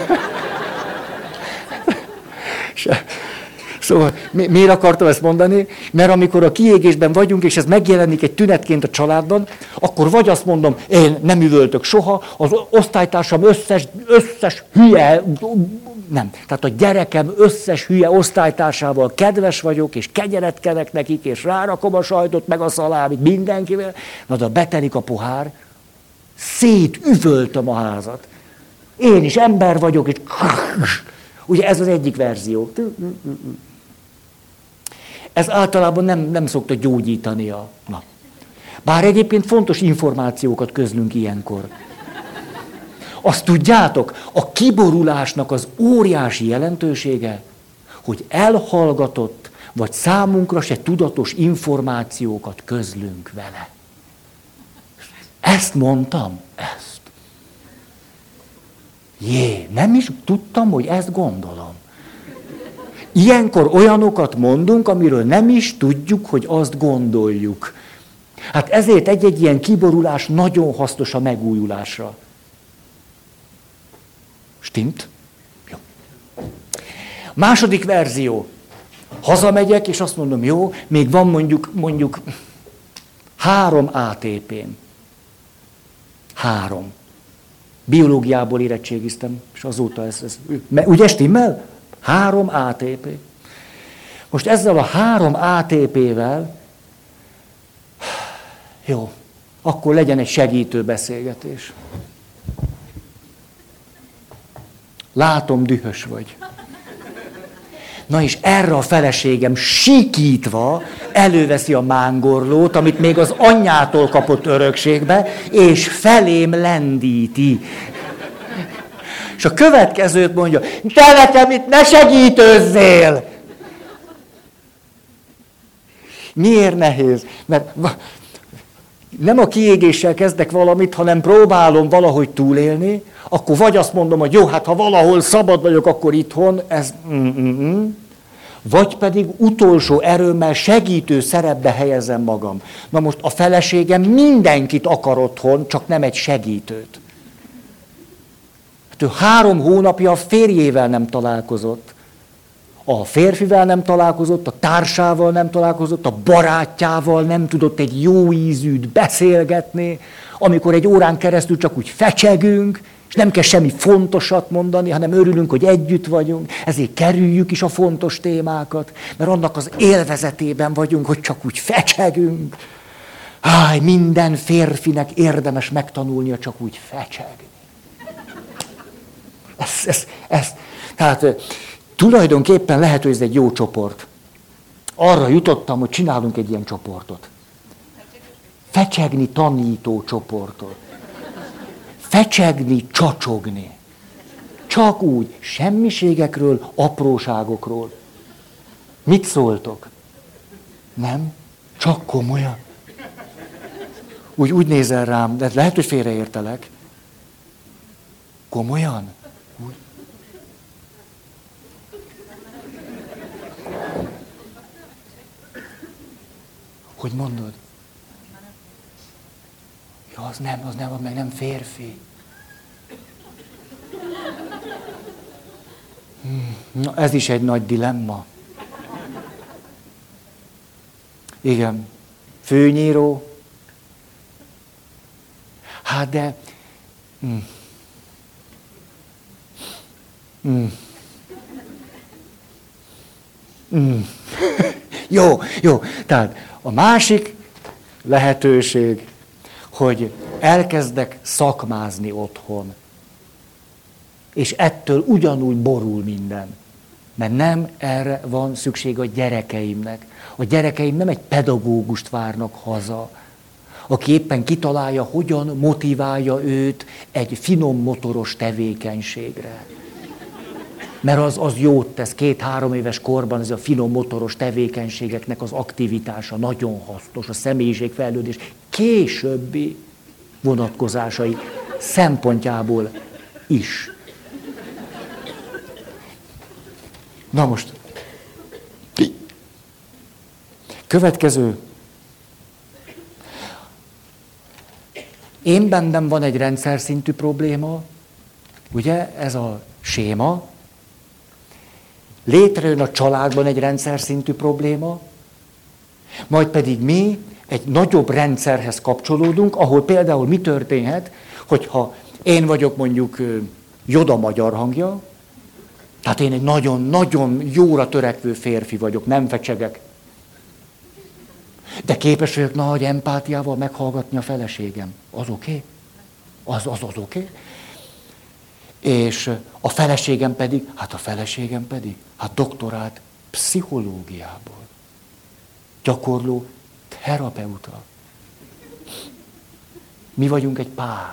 Szóval miért akartam ezt mondani? Mert amikor a kiégésben vagyunk, és ez megjelenik egy tünetként a családban, akkor vagy azt mondom, én nem üvöltök soha, az osztálytársam összes hülye, nem. Tehát a gyerekem összes hülye osztálytársával kedves vagyok, és kegyeretkedek nekik, és rárakom a sajtot, meg a szalámit mindenkivel. Na, de betelik a pohár, szétüvöltöm a házat. Én is ember vagyok, és ugye ez az egyik verzió. Ez általában nem szokta gyógyítani a nap. Bár egyébként fontos információkat közlünk ilyenkor. Azt tudjátok, a kiborulásnak az óriási jelentősége, hogy elhallgatott, vagy számunkra se tudatos információkat közlünk vele. Ezt mondtam? Ezt. Nem is tudtam, hogy ezt gondolom. Ilyenkor olyanokat mondunk, amiről nem is tudjuk, hogy azt gondoljuk. Hát ezért egy-egy ilyen kiborulás nagyon hasznos a megújulásra. Stimmt? Jó. Második verzió. Hazamegyek, és azt mondom, jó, még van mondjuk 3 ATP-m. 3. Biológiából érettségiztem, és azóta ez ugye stimmel? 3 ATP. Most ezzel a 3 ATP-vel, jó, akkor legyen egy segítő beszélgetés. Látom, dühös vagy. Na és erre a feleségem sikítva előveszi a mángorlót, amit még az anyjától kapott örökségbe, és felém lendíti. És a következőt mondja, te nekem itt ne segítőzzél! Miért nehéz? Mert nem a kiégéssel kezdek valamit, hanem próbálom valahogy túlélni, akkor vagy azt mondom, hogy jó, hát ha valahol szabad vagyok, akkor itthon, ez vagy pedig utolsó erőmmel segítő szerepbe helyezem magam. Na most a feleségem mindenkit akar otthon, csak nem egy segítőt. Hát ő 3 hónapja a férjével nem találkozott. A férfivel nem találkozott, a társával nem találkozott, a barátjával nem tudott egy jó ízűt beszélgetni, amikor egy órán keresztül csak úgy fecsegünk, és nem kell semmi fontosat mondani, hanem örülünk, hogy együtt vagyunk, ezért kerüljük is a fontos témákat, mert annak az élvezetében vagyunk, hogy csak úgy fecsegünk. Minden férfinek érdemes megtanulnia csak úgy fecsegni. Tehát tulajdonképpen lehet, hogy ez egy jó csoport. Arra jutottam, hogy csinálunk egy ilyen csoportot. Fecsegni tanító csoportot. Fecsegni, csacsogni. Csak úgy, semmiségekről, apróságokról. Mit szóltok? Nem? Csak komolyan? Úgy nézel rám, de lehet, hogy félreértelek. Komolyan? Úgy. Hogy mondod? Ja, az nem férfi. Na, ez is egy nagy dilemma. Igen. Főnyíró. Hát de... Jó. Tehát a másik lehetőség, hogy elkezdek szakmázni otthon. És ettől ugyanúgy borul minden. Mert nem erre van szükség a gyerekeimnek. A gyerekeim nem egy pedagógust várnak haza, aki éppen kitalálja, hogyan motiválja őt egy finom motoros tevékenységre. Mert az jót tesz, 2-3 éves korban ez a finom motoros tevékenységeknek az aktivitása nagyon hasznos, a személyiségfejlődés későbbi vonatkozásai szempontjából is. Na most, következő. Én bennem van egy rendszer szintű probléma, ugye, ez a séma. Létrejön a családban egy rendszer szintű probléma, majd pedig mi egy nagyobb rendszerhez kapcsolódunk, ahol például mi történhet, hogyha én vagyok mondjuk Joda magyar hangja, tehát én egy nagyon-nagyon jóra törekvő férfi vagyok, nem fecsegek. De képes vagyok nagy empátiával meghallgatni a feleségem. Az oké? Az oké? És a feleségem pedig, doktorált pszichológiából. Gyakorló terapeuta. Mi vagyunk egy pár.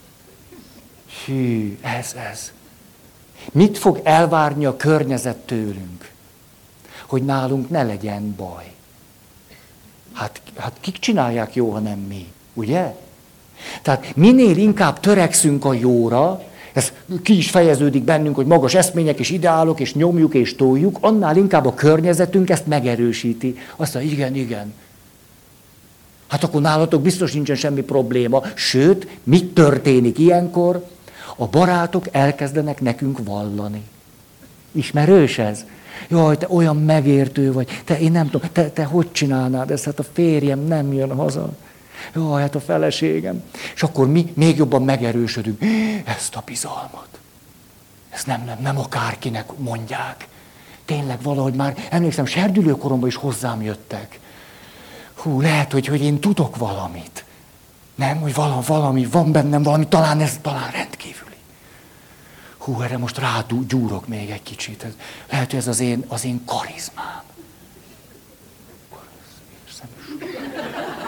Hű, ez. Mit fog elvárni a környezet tőlünk? Hogy nálunk ne legyen baj. Hát kik csinálják jó, ha nem mi, ugye? Tehát minél inkább törekszünk a jóra, ez ki is fejeződik bennünk, hogy magas eszmények és ideálok, és nyomjuk és toljuk, annál inkább a környezetünk ezt megerősíti. Azt mondja, igen. Hát akkor nálatok biztos nincsen semmi probléma. Sőt, mit történik ilyenkor? A barátok elkezdenek nekünk vallani. Ismerős ez? Jaj, te olyan megértő vagy, én nem tudom, te hogy csinálnád ezt? Hát a férjem nem jön haza. Jaj, hát a feleségem. És akkor mi még jobban megerősödünk. Ezt a bizalmat. Ezt nem akárkinek mondják. Tényleg valahogy már, emlékszem, serdülőkoromban is hozzám jöttek. Lehet, hogy én tudok valamit. Nem, hogy valami van bennem, talán rendkívüli. Erre most gyúrok még egy kicsit. Lehet, hogy ez az én karizmám.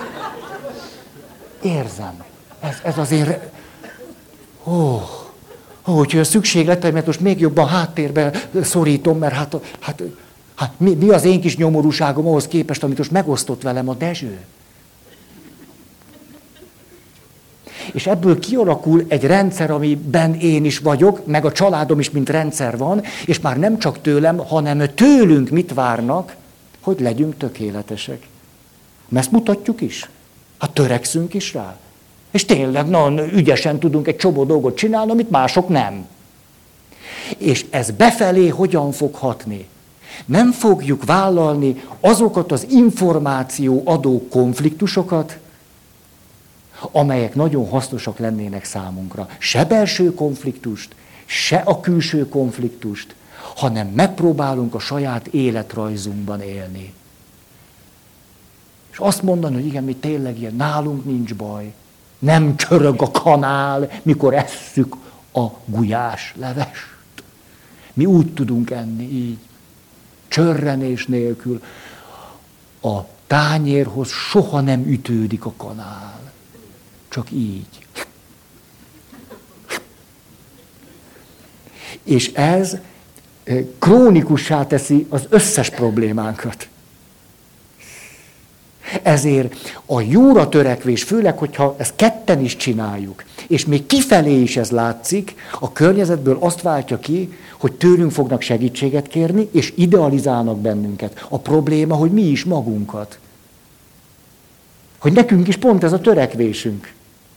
Érzem. Ez az én... Hogyha a szükségleteimet most még jobban háttérbe szorítom, mert hát mi az én kis nyomorúságom ahhoz képest, amit most megosztott velem a Dezső? És ebből kialakul egy rendszer, amiben én is vagyok, meg a családom is, mint rendszer van, és már nem csak tőlem, hanem tőlünk mit várnak, hogy legyünk tökéletesek. Mert ezt mutatjuk is. Hát törekszünk is rá. És tényleg nagyon ügyesen tudunk egy csomó dolgot csinálni, amit mások nem. És ez befelé hogyan fog hatni? Nem fogjuk vállalni azokat az információ adó konfliktusokat, amelyek nagyon hasznosak lennének számunkra. Se belső konfliktust, se a külső konfliktust, hanem megpróbálunk a saját életrajzunkban élni. És azt mondani, hogy igen, mi tényleg ilyen, nálunk nincs baj. Nem csörög a kanál, mikor esszük a gulyáslevest. Mi úgy tudunk enni, így. Csörrenés nélkül. A tányérhoz soha nem ütődik a kanál. Csak így. És ez krónikussá teszi az összes problémánkat. Ezért a jóra törekvés, főleg, hogyha ezt ketten is csináljuk, és még kifelé is ez látszik, a környezetből azt váltja ki, hogy tőlünk fognak segítséget kérni, és idealizálnak bennünket. A probléma, hogy mi is magunkat. Hogy nekünk is pont ez a törekvésünk.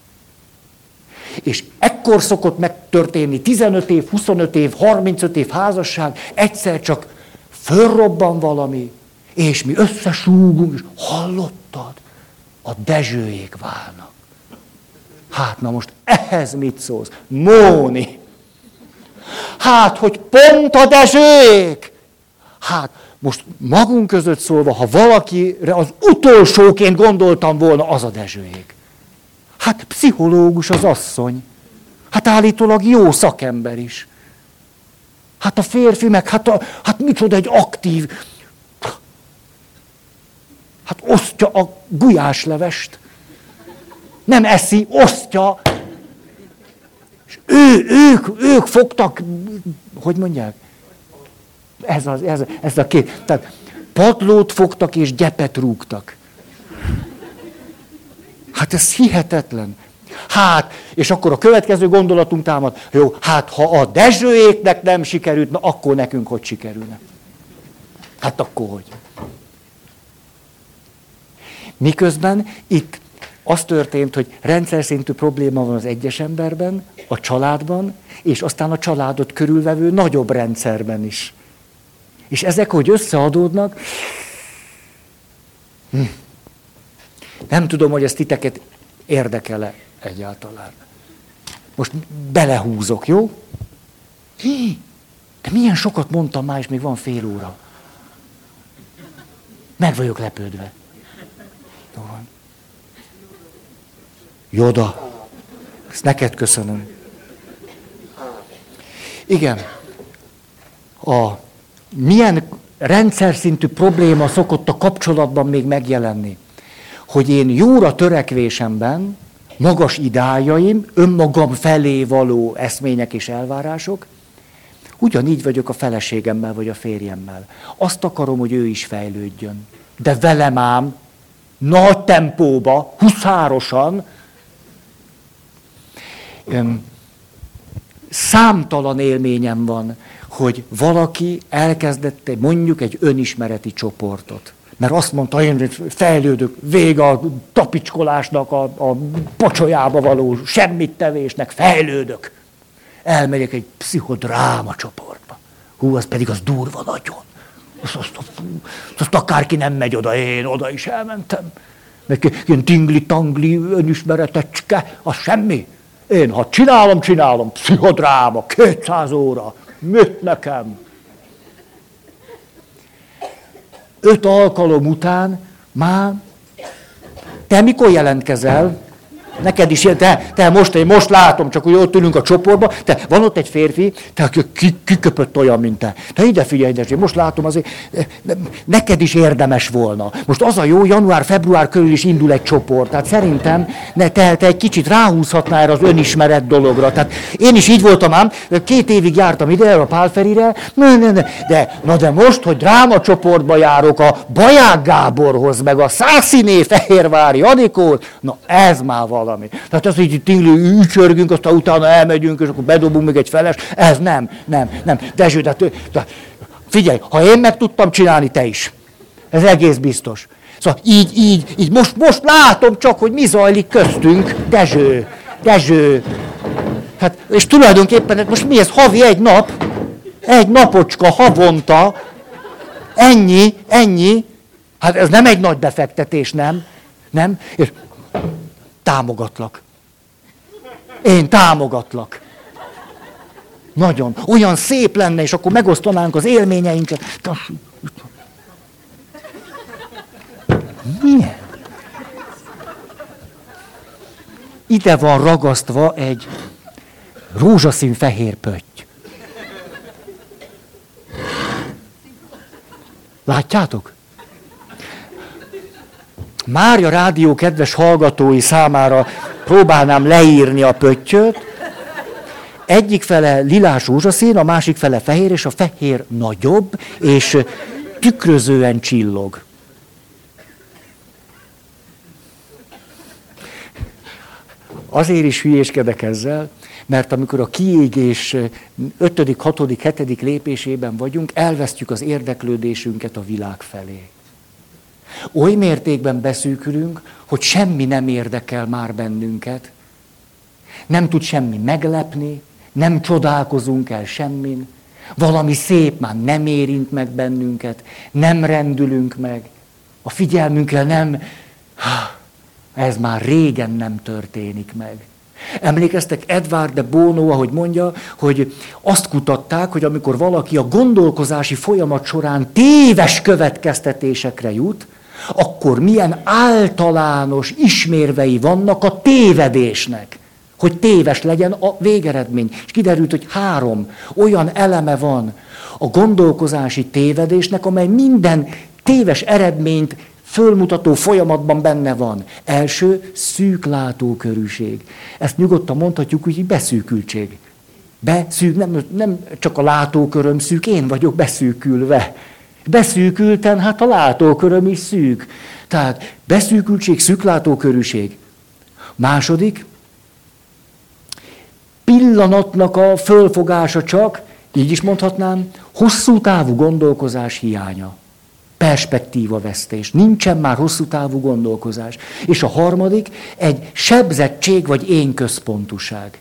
És ekkor szokott megtörténni 15 év, 25 év, 35 év házasság, egyszer csak fölrobban valami, és mi összesúgunk, és hallottad? A Dezsőjék válnak. Hát na most ehhez mit szólsz? Móni! Hát, hogy pont a Dezsőjék! Hát, most magunk között szólva, ha valakire az utolsóként gondoltam volna, az a Dezsőjék. Hát pszichológus az asszony. Hát állítólag jó szakember is. Hát a férfi meg, hát micsoda egy aktív... Hát osztja a gulyáslevest. Nem eszi, osztja. És ők fogtak, hogy mondják? Ez a két. Tehát padlót fogtak és gyepet rúgtak. Hát ez hihetetlen. Hát, és akkor a következő gondolatunk támad, jó, hát ha a Dezsőjéknek nem sikerült, na akkor nekünk hogy sikerülne? Hát akkor hogy? Miközben itt az történt, hogy rendszer szintű probléma van az egyes emberben, a családban, és aztán a családot körülvevő nagyobb rendszerben is. És ezek, hogy összeadódnak, nem tudom, hogy ez titeket érdekel-e egyáltalán. Most belehúzok, jó? De milyen sokat mondtam már, és még van fél óra. Meg vagyok lepődve. Jó van. Joda. Ezt neked köszönöm. Igen. Milyen rendszer szintű probléma szokott a kapcsolatban még megjelenni? Hogy én jóra törekvésemben, magas ideájaim, önmagam felé való eszmények és elvárások, ugyanígy vagyok a feleségemmel vagy a férjemmel. Azt akarom, hogy ő is fejlődjön. De velem ám, nagy tempóba, huszárosan, számtalan élményem van, hogy valaki elkezdett mondjuk egy önismereti csoportot. Mert azt mondta, én fejlődök, vége a tapicskolásnak, a pocsolyába való semmit tevésnek, fejlődök. Elmegyek egy pszichodráma csoportba. Az pedig az durva nagyon. Azt akárki nem megy oda, én oda is elmentem. Meg ilyen tingli-tangli önismeretecske, az semmi. Én, ha csinálom, pszichodráma, 200 óra, mit nekem? 5 alkalom után már, te mikor jelentkezel? Neked is ilyen, te most, én most látom, csak hogy ott ülünk a csoportban, te van ott egy férfi, te kiköpött olyan, mint te. Te ide figyelj, de most látom azért, neked is érdemes volna. Most az a jó, január-február körül is indul egy csoport, tehát szerintem te egy kicsit ráhúzhatnál erre az önismeret dologra. Tehát én is így voltam ám, 2 évig jártam ide, a Pál Ferire, de most, hogy drámacsoportba járok a Baják Gáborhoz, meg a Szásziné Fehérvári Anikóhoz, na ez már valami. Tehát az, hogy tinglő ücsörgünk, aztán utána elmegyünk, és akkor bedobunk még egy feles, ez nem. Dezső, de figyelj, ha én meg tudtam csinálni, te is. Ez egész biztos. Szóval így, most látom csak, hogy mi zajlik köztünk, Dezső. Hát, és tulajdonképpen most mi ez, havi egy nap, egy napocska havonta, ennyi. Hát ez nem egy nagy befektetés, nem? És támogatlak. Én támogatlak. Nagyon. Olyan szép lenne, és akkor megosztanánk az élményeinket. Milyen? Ide van ragasztva egy rózsaszín fehér pötty. Látjátok? Mária Rádió kedves hallgatói számára próbálnám leírni a pöttyöt. Egyik fele lilás rózsaszín, a másik fele fehér, és a fehér nagyobb, és tükrözően csillog. Azért is hülyéskedek ezzel, mert amikor a kiégés 5., 6., 7. lépésében vagyunk, elvesztjük az érdeklődésünket a világ felé. Oly mértékben beszűkülünk, hogy semmi nem érdekel már bennünket. Nem tud semmi meglepni, nem csodálkozunk el semmin. Valami szép már nem érint meg bennünket, nem rendülünk meg. A figyelmünkkel nem... Ez már régen nem történik meg. Emlékeztek Edward de Bono, ahogy mondja, hogy azt kutatták, hogy amikor valaki a gondolkozási folyamat során téves következtetésekre jut, akkor milyen általános ismérvei vannak a tévedésnek, hogy téves legyen a végeredmény. És kiderült, hogy 3 olyan eleme van a gondolkozási tévedésnek, amely minden téves eredményt fölmutató folyamatban benne van. Első, szűk látókörűség. Ezt nyugodtan mondhatjuk, hogy beszűkültség. Nem csak a látóköröm szűk, én vagyok beszűkülve. Beszűkülten, hát a látóköröm is szűk. Tehát beszűkültség, szűk látókörűség. Második, pillanatnak a fölfogása csak, így is mondhatnám, hosszú távú gondolkozás hiánya. Perspektívavesztés. Nincsen már hosszú távú gondolkozás. És a harmadik, egy sebzettség vagy énközpontúság.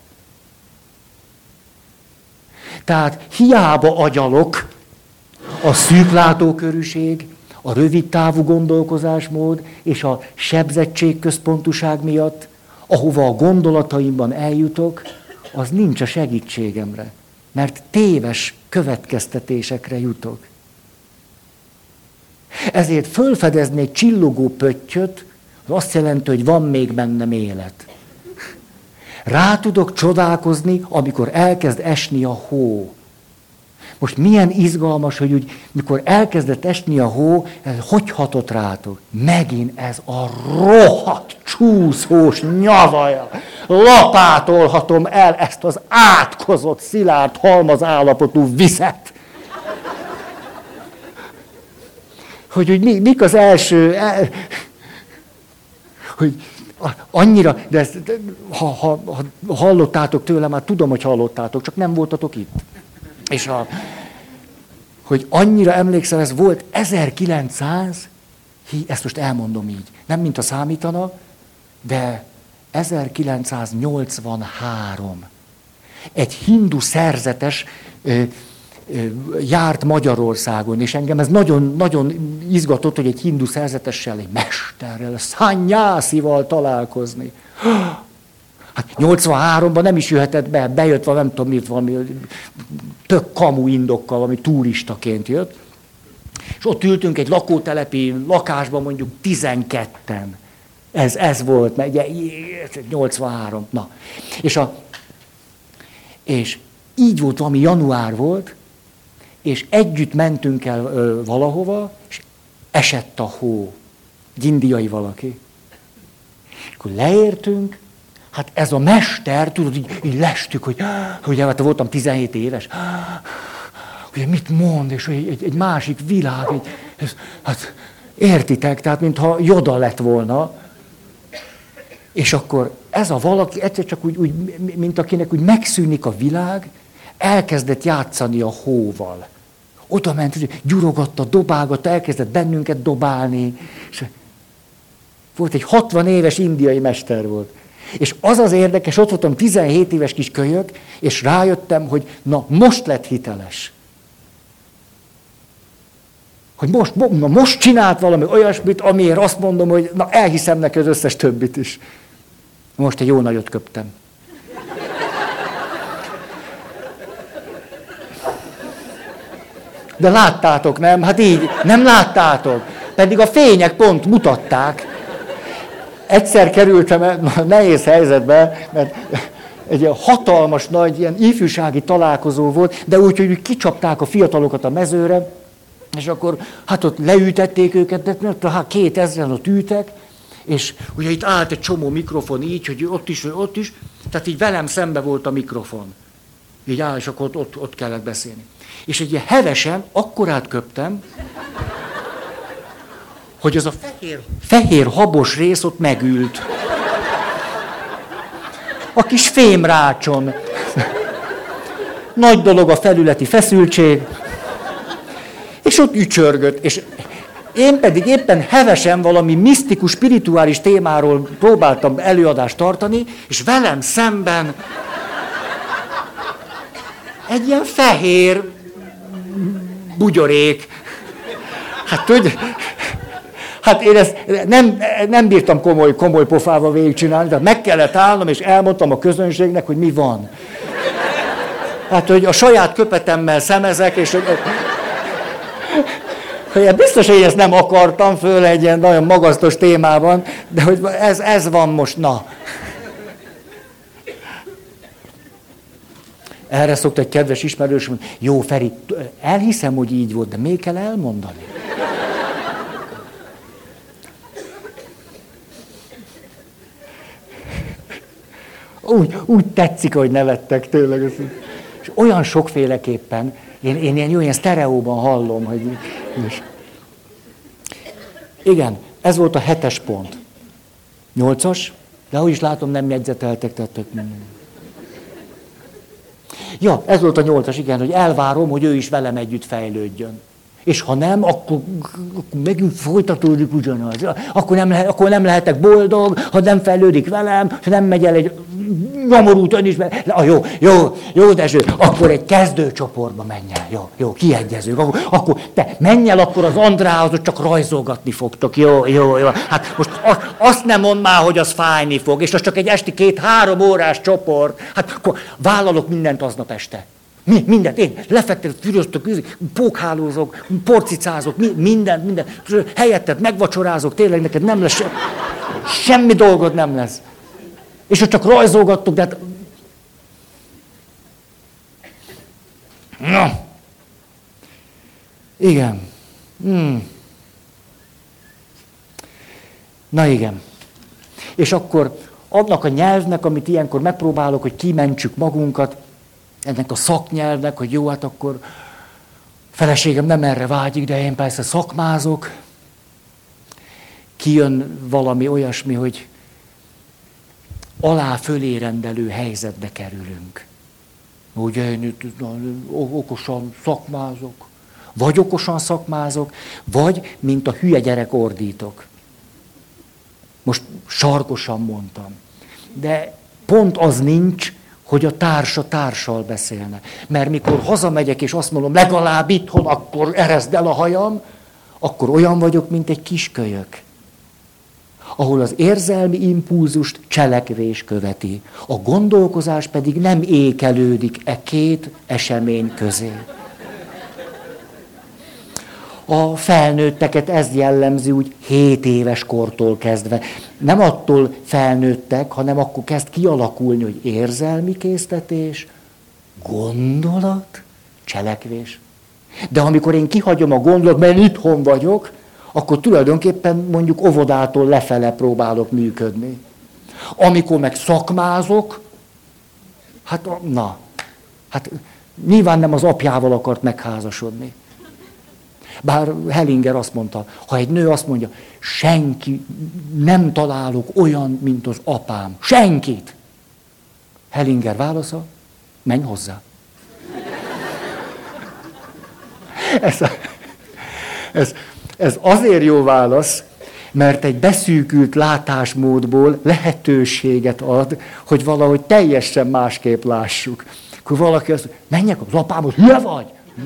Tehát hiába agyalok a szűklátókörűség, a rövidtávú gondolkozásmód és a sebzettségközpontúság miatt, ahova a gondolataimban eljutok, az nincs a segítségemre, mert téves következtetésekre jutok. Ezért fölfedezni egy csillogó pöttyöt, az azt jelenti, hogy van még bennem élet. Rá tudok csodálkozni, amikor elkezd esni a hó. Most milyen izgalmas, hogy úgy, mikor elkezdett esni a hó, ez hogy hatott rátok? Megint ez a rohadt csúszós nyavaja. Lapátolhatom el ezt az átkozott, szilárd, halmaz állapotú vizet. Hogy mik az első... Hogy annyira, de ezt, ha hallottátok tőlem, már tudom, hogy hallottátok, csak nem voltatok itt. És hogy annyira emlékszel, ez volt 1900, ezt most elmondom így, nem mint a számítana, de 1983. Egy hindu szerzetes járt Magyarországon, és engem ez nagyon, nagyon izgatott, hogy egy hindu szerzetessel, egy mesterrel, szanyászival találkozni. Hát 83-ban nem is jöhetett be, bejött valami, nem tudom, valami tök kamu indokkal, ami turistaként jött. És ott ültünk egy lakótelepi lakásban mondjuk 12-en. Ez volt, mert ugye 83, na. És így volt, valami január volt, és együtt mentünk el valahova, és esett a hó. Egy indiai valaki. Akkor leértünk, hát ez a mester, tudod, így lestük, hogy ugye, hát voltam 17 éves, hogy mit mond, és egy másik világ, hát értitek, tehát mintha Yoda lett volna. És akkor ez a valaki egyszer csak úgy, mint akinek úgy megszűnik a világ, elkezdett játszani a hóval. Oda ment, gyurogatta, dobálgatta, elkezdett bennünket dobálni. És volt egy 60 éves indiai mester volt. És az érdekes, ott voltam 17 éves kis kölyök, és rájöttem, hogy na most lett hiteles. Hogy most csinált valami olyasmit, amiért azt mondom, hogy na elhiszem neki az összes többit is. Most egy jó nagyot köptem. De láttátok, nem? Hát így, nem láttátok. Pedig a fények pont mutatták. Egyszer kerültem nehéz helyzetbe, mert egy hatalmas nagy ilyen ifjúsági találkozó volt, de úgy, hogy kicsapták a fiatalokat a mezőre, és akkor hát ott leütették őket, de 2000-en ott ültek, és ugye itt állt egy csomó mikrofon így, hogy ott is, tehát így velem szembe volt a mikrofon. Így áll, és akkor ott kellett beszélni. És egy ilyen hevesen, akkorát köptem, hogy az a fehér habos rész ott megült. A kis fémrácson. Nagy dolog a felületi feszültség. És ott ücsörgött. És én pedig éppen hevesen valami misztikus, spirituális témáról próbáltam előadást tartani, és velem szemben egy ilyen fehér bugyorék. Hát tudj, hát én ezt nem bírtam komoly pofával végigcsinálni, tehát meg kellett állnom, és elmondtam a közönségnek, hogy mi van. Hát, hogy a saját köpetemmel szemezek, és hogy biztos, hogy ezt nem akartam föl egy ilyen nagyon magasztos témában, de hogy ez van most, na. Erre szokta egy kedves ismerős mondani, jó Feri, elhiszem, hogy így volt, de még kell elmondani. Úgy tetszik, hogy nevettek tényleg. És olyan sokféleképpen, én ilyen sztereóban hallom, hogy... Igen, ez volt a 7-es pont. 8-as, de ahogy is látom, nem jegyzeteltek, tehát tök nem. Ja, ez volt a 8-as, igen, hogy elvárom, hogy ő is velem együtt fejlődjön. És ha nem, akkor megint folytatódik ugyanaz. Akkor nem lehetek boldog, ha nem fejlődik velem, ha nem megy el egy nyomorút ön is. Jó, Dezső, akkor egy kezdőcsoportba menj el. Jó, kiegyezünk. Akkor te menj el akkor az Andrához, hogy csak rajzolgatni fogtok. Jó. Hát most azt nem mondd már, hogy az fájni fog, és az csak egy esti 2-3 órás csoport. Hát akkor vállalok mindent aznap este. Mindent, én lefektetek, füröztök, pókhálózok, porcicázok, mindent, helyetted megvacsorázok, tényleg neked nem lesz, semmi dolgod nem lesz. És ott csak rajzolgattok, de hát... Na. Igen. Na igen. És akkor annak a nyelvnek, amit ilyenkor megpróbálok, hogy kimentsük magunkat, ennek a szaknyelvnek, hogy jó, hát akkor feleségem nem erre vágyik, de én persze szakmázok. Kijön valami olyasmi, hogy alá-fölé rendelő helyzetbe kerülünk. Ugye én okosan szakmázok, vagy okosan szakmázok, vagy mint a hülye gyerek ordítok. Most sarkosan mondtam. De pont az nincs, hogy a társa társal beszélne. Mert mikor hazamegyek, és azt mondom, legalább itthon, akkor ereszd el a hajam, akkor olyan vagyok, mint egy kiskölyök, ahol az érzelmi impulzust cselekvés követi, a gondolkozás pedig nem ékelődik e két esemény közé. A felnőtteket ez jellemzi úgy 7 éves kortól kezdve. Nem attól felnőttek, hanem akkor kezd kialakulni, hogy érzelmi késztetés, gondolat, cselekvés. De amikor én kihagyom a gondolat, mert itthon vagyok, akkor tulajdonképpen mondjuk óvodától lefele próbálok működni. Amikor meg szakmázok, hát nyilván nem az apjával akart megházasodni. Bár Hellinger azt mondta, ha egy nő azt mondja, senki, nem találok olyan, mint az apám. Senkit. Hellinger válasza, menj hozzá. Ez azért jó válasz, mert egy beszűkült látásmódból lehetőséget ad, hogy valahogy teljesen másképp lássuk. Akkor valaki azt mondja, menjek az apámhoz, hülye vagy?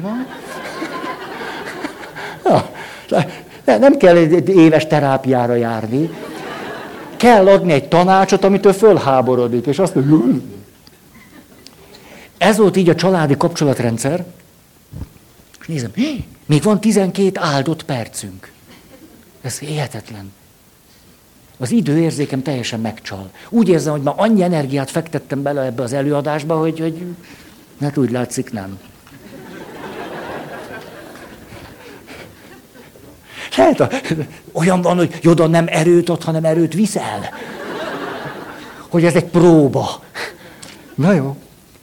Nem kell egy éves terápiára járni. Kell adni egy tanácsot, amitől fölháborodik, és azt mondja, ez volt így a családi kapcsolatrendszer, és nézem, még van 12 áldott percünk. Ez hihetetlen. Az időérzékem teljesen megcsal. Úgy érzem, hogy már annyi energiát fektettem bele ebbe az előadásba, hogy hát úgy látszik, nem. Lehet, olyan van, hogy Joda nem erőt ad, hanem erőt viszel. Hogy ez egy próba. Na jó.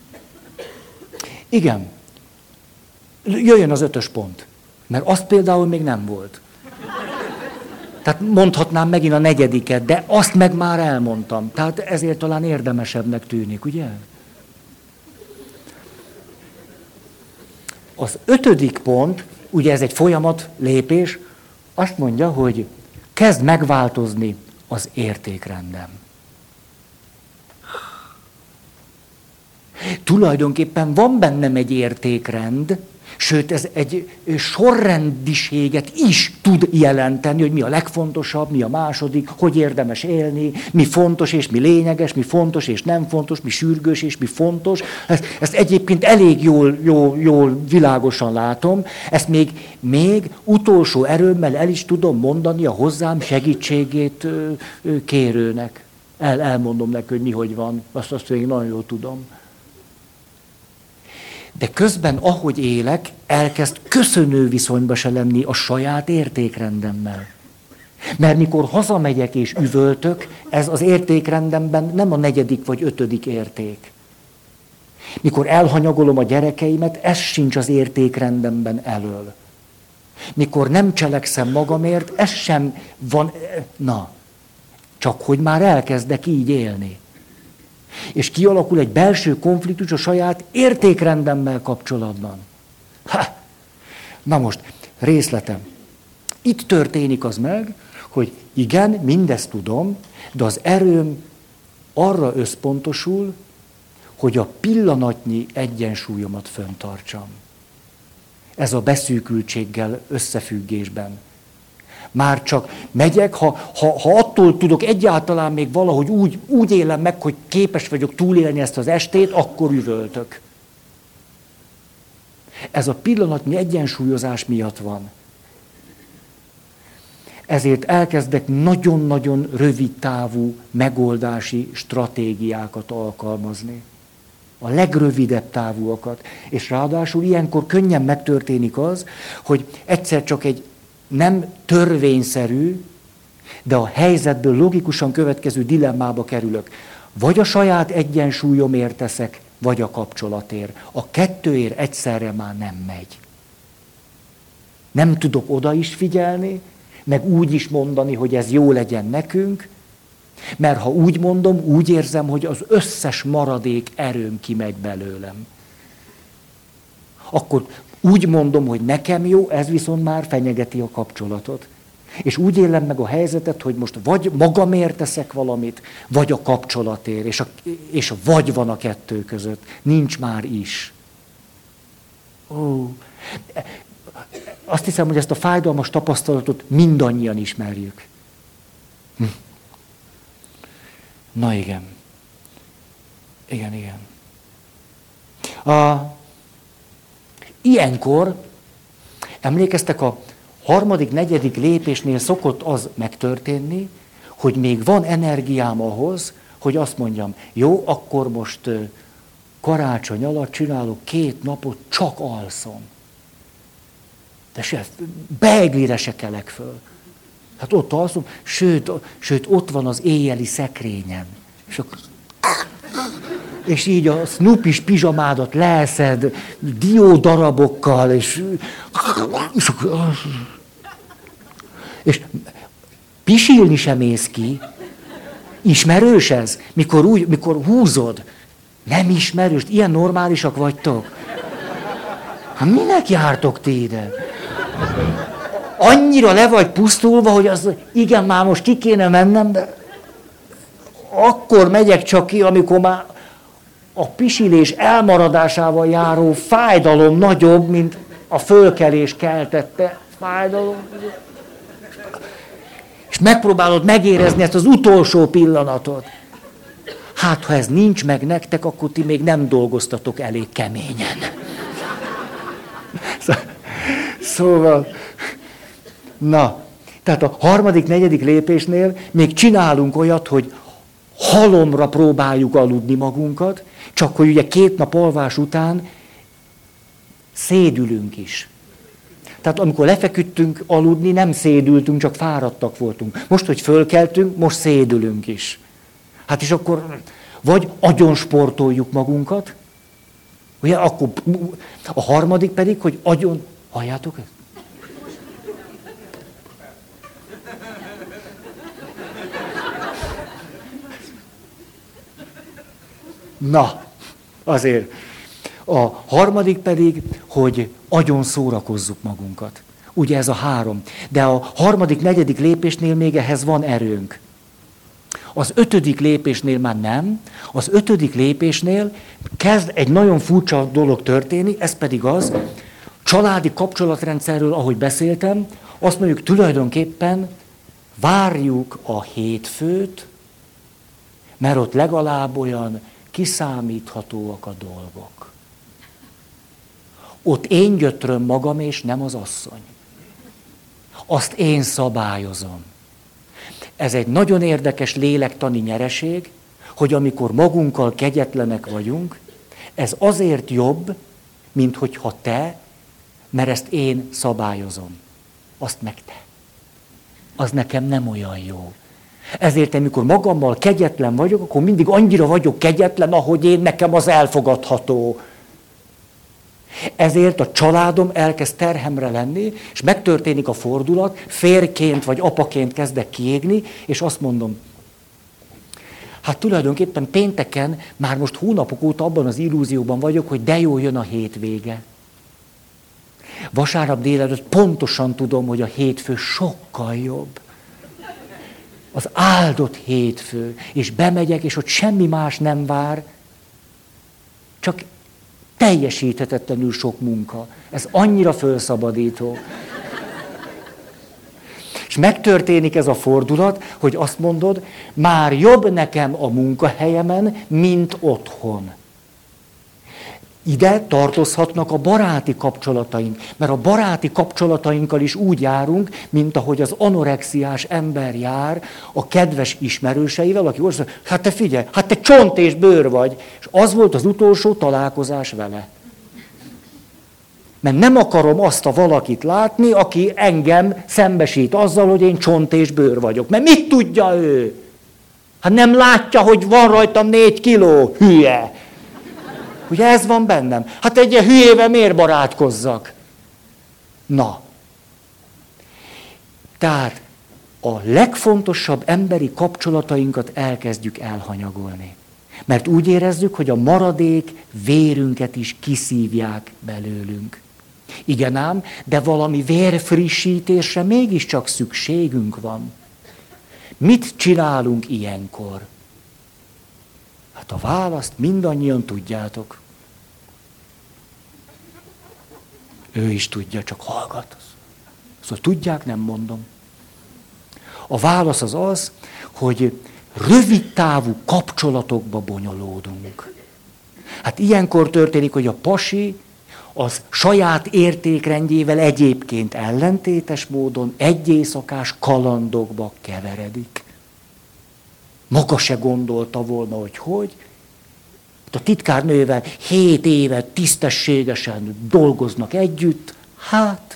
Igen. Jöjjön az 5-ös pont. Mert az például még nem volt. Tehát mondhatnám megint a 4-et, de azt meg már elmondtam. Tehát ezért talán érdemesebbnek tűnik, ugye? Az 5. pont, ugye ez egy folyamat, lépés, azt mondja, hogy kezd megváltozni az értékrendem. Tulajdonképpen van bennem egy értékrend, sőt, ez egy sorrendiséget is tud jelenteni, hogy mi a legfontosabb, mi a második, hogy érdemes élni, mi fontos és mi lényeges, mi fontos és nem fontos, mi sürgős és mi fontos. Ezt egyébként elég jól világosan látom, ezt még utolsó erőmmel el is tudom mondani a hozzám segítségét kérőnek. Elmondom neki, hogy mi hogy van, azt még nagyon jól tudom. De közben, ahogy élek, elkezd köszönő viszonyba se lenni a saját értékrendemmel. Mert mikor hazamegyek és üvöltök, ez az értékrendemben nem a 4. vagy 5. érték. Mikor elhanyagolom a gyerekeimet, ez sincs az értékrendemben elől. Mikor nem cselekszem magamért, ez sem van, csak hogy már elkezdek így élni. És kialakul egy belső konfliktus a saját értékrendemmel kapcsolatban. Na most, részletem. Itt történik az meg, hogy igen, mindezt tudom, de az erőm arra összpontosul, hogy a pillanatnyi egyensúlyomat fenntartsam. Ez a beszűkültséggel összefüggésben. Már csak megyek, ha attól tudok egyáltalán még valahogy úgy élem meg, hogy képes vagyok túlélni ezt az estét, akkor üvöltök. Ez a pillanatnyi egyensúlyozás miatt van. Ezért elkezdek nagyon-nagyon rövid távú megoldási stratégiákat alkalmazni. A legrövidebb távúakat. És ráadásul ilyenkor könnyen megtörténik az, hogy egyszer csak egy nem törvényszerű, de a helyzetből logikusan következő dilemmába kerülök. Vagy a saját egyensúlyomért teszek, vagy a kapcsolatért. A kettőért egyszerre már nem megy. Nem tudok oda is figyelni, meg úgy is mondani, hogy ez jó legyen nekünk, mert ha úgy mondom, úgy érzem, hogy az összes maradék erőm kimegy belőlem. Akkor úgy mondom, hogy nekem jó, ez viszont már fenyegeti a kapcsolatot. És úgy élem meg a helyzetet, hogy most vagy magamért teszek valamit, vagy a kapcsolatért, és vagy van a kettő között. Nincs már is. Azt hiszem, hogy ezt a fájdalmas tapasztalatot mindannyian ismerjük. Na igen. Igen. Ilyenkor emlékeztek a harmadik, negyedik lépésnél szokott az megtörténni, hogy még van energiám ahhoz, hogy azt mondjam, jó, akkor most karácsony alatt csinálok 2 napot, csak alszom. De beeglire se kelek föl. Hát ott alszom, sőt, ott van az éjjeli szekrényem. És így a Snoopy-s pizsamádat leeszed diódarabokkal, és pisilni sem mész ki. Ismerős ez? Mikor húzod. Nem ismerős? Ilyen normálisak vagytok? Hát minek jártok ti ide? Annyira le vagy pusztulva, hogy az, igen, már most ki kéne mennem, de akkor megyek csak ki, amikor már a pisilés elmaradásával járó fájdalom nagyobb, mint a fölkelés keltette fájdalom. És megpróbálod megérezni ezt az utolsó pillanatot. Hát, ha ez nincs meg nektek, akkor ti még nem dolgoztatok elég keményen. Szóval, na, tehát a harmadik, negyedik lépésnél még csinálunk olyat, hogy halomra próbáljuk aludni magunkat, csak hogy ugye 2 nap alvás után szédülünk is. Tehát amikor lefeküdtünk aludni, nem szédültünk, csak fáradtak voltunk. Most, hogy fölkeltünk, most szédülünk is. Hát és akkor vagy agyon sportoljuk magunkat, ugye, akkor a harmadik pedig, hogy agyon... Halljátok ezt? Na, azért. A harmadik pedig, hogy agyon szórakozzuk magunkat. Ugye ez a 3. De a harmadik, negyedik lépésnél még ehhez van erőnk. Az 5. lépésnél már nem. Az 5. lépésnél kezd egy nagyon furcsa dolog történni, ez pedig az, családi kapcsolatrendszerről, ahogy beszéltem, azt mondjuk tulajdonképpen várjuk a hétfőt, mert ott legalább olyan kiszámíthatóak a dolgok. Ott én gyötröm magam, és nem az asszony. Azt én szabályozom. Ez egy nagyon érdekes lélektani nyereség, hogy amikor magunkkal kegyetlenek vagyunk, ez azért jobb, mint hogyha te, mert ezt én szabályozom. Azt meg te. Az nekem nem olyan jó. Ezért, amikor magammal kegyetlen vagyok, akkor mindig annyira vagyok kegyetlen, ahogy én, nekem az elfogadható. Ezért a családom elkezd terhemre lenni, és megtörténik a fordulat, férjként vagy apaként kezdek kiégni, és azt mondom, hát tulajdonképpen pénteken már most hónapok óta abban az illúzióban vagyok, hogy de jó, jön a hétvége. Vasárnap délelőtt pontosan tudom, hogy a hétfő sokkal jobb. Az áldott hétfő, és bemegyek, és ott semmi más nem vár, csak teljesíthetetlenül sok munka. Ez annyira fölszabadító. És megtörténik ez a fordulat, hogy azt mondod, már jobb nekem a munkahelyemen, mint otthon. Ide tartozhatnak a baráti kapcsolataink, mert a baráti kapcsolatainkkal is úgy járunk, mint ahogy az anorexiás ember jár a kedves ismerőseivel, aki azt mondja, hát te figyelj, hát te csont és bőr vagy. És az volt az utolsó találkozás vele. Mert nem akarom azt a valakit látni, aki engem szembesít azzal, hogy én csont és bőr vagyok. Mert mit tudja ő? Hát nem látja, hogy van rajtam 4 kiló, hülye. Ugye ez van bennem? Hát egy ilyen hülyével miért barátkozzak? Na. Tehát a legfontosabb emberi kapcsolatainkat elkezdjük elhanyagolni. Mert úgy érezzük, hogy a maradék vérünket is kiszívják belőlünk. Igen ám, de valami vérfrissítésre mégiscsak szükségünk van. Mit csinálunk ilyenkor? Hát a választ mindannyian tudjátok. Ő is tudja, csak hallgat. Szóval tudják, nem mondom. A válasz az az, hogy rövidtávú kapcsolatokba bonyolódunk. Hát ilyenkor történik, hogy a pasi az saját értékrendjével egyébként ellentétes módon egy éjszakás kalandokba keveredik. Maga se gondolta volna, hogy. A titkárnővel 7 évet tisztességesen dolgoznak együtt, hát.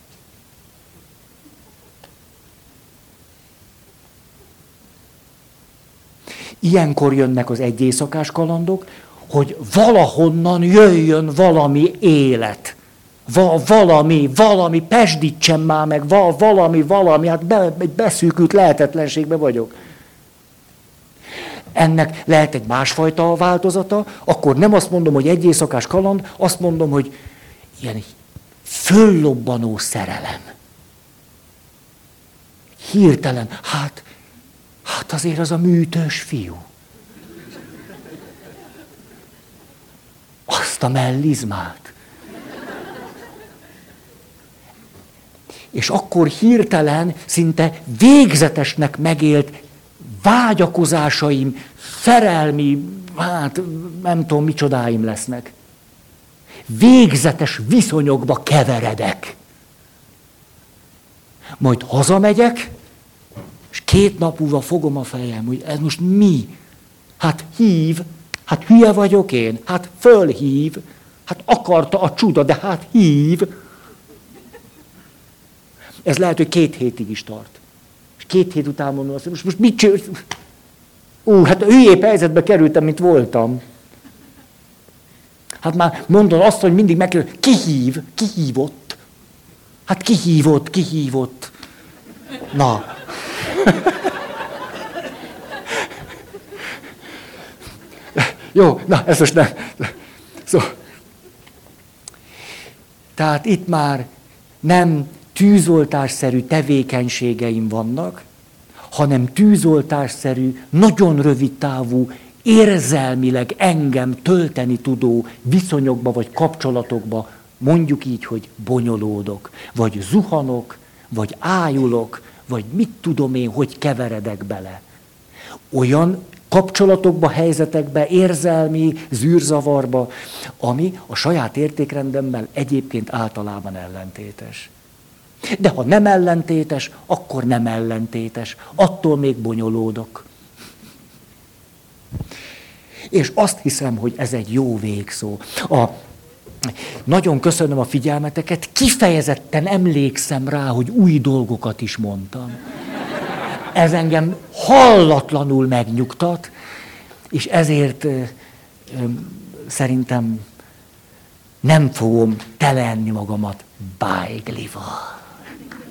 Ilyenkor jönnek az egy éjszakás kalandok, hogy valahonnan jöjjön valami élet. Valami, pesdítsen már meg, valami, hát beszűkült lehetetlenségbe vagyok. Ennek lehet egy másfajta változata, akkor nem azt mondom, hogy egy éjszakás kaland, azt mondom, hogy ilyen föllobbanó szerelem. Hirtelen, hát azért az a műtős fiú. Azt a mellizmát. És akkor hirtelen, szinte végzetesnek megélt vágyakozásaim, szerelmi, hát nem tudom, micsodáim lesznek. Végzetes viszonyokba keveredek. Majd hazamegyek, és 2 nap múlva fogom a fejem, hogy ez most mi? Hát hív, hát hülye vagyok én, hát fölhív, hát akarta a csuda, de hát hív. Ez lehet, hogy 2 hétig is tart. És 2 hét után mondom azt, hogy most mit csinálj? Hát hülyébb helyzetbe kerültem, mint voltam. Hát már mondod azt, hogy mindig megkerül, ki hív, ki hívott? Hát ki hívott? Na. Jó, na, ez most nem. Szóval. Tehát itt már nem tűzoltásszerű tevékenységeim vannak, hanem tűzoltásszerű, nagyon rövid távú, érzelmileg engem tölteni tudó viszonyokba vagy kapcsolatokba, mondjuk így, hogy bonyolódok, vagy zuhanok, vagy ájulok, vagy mit tudom én, hogy keveredek bele. Olyan kapcsolatokba, helyzetekbe, érzelmi zűrzavarba, ami a saját értékrendemmel egyébként általában ellentétes. De ha nem ellentétes, akkor nem ellentétes. Attól még bonyolódok. És azt hiszem, hogy ez egy jó végszó. Nagyon köszönöm a figyelmeteket, kifejezetten emlékszem rá, hogy új dolgokat is mondtam. Ez engem hallatlanul megnyugtat, és ezért szerintem nem fogom telenni magamat bájglival.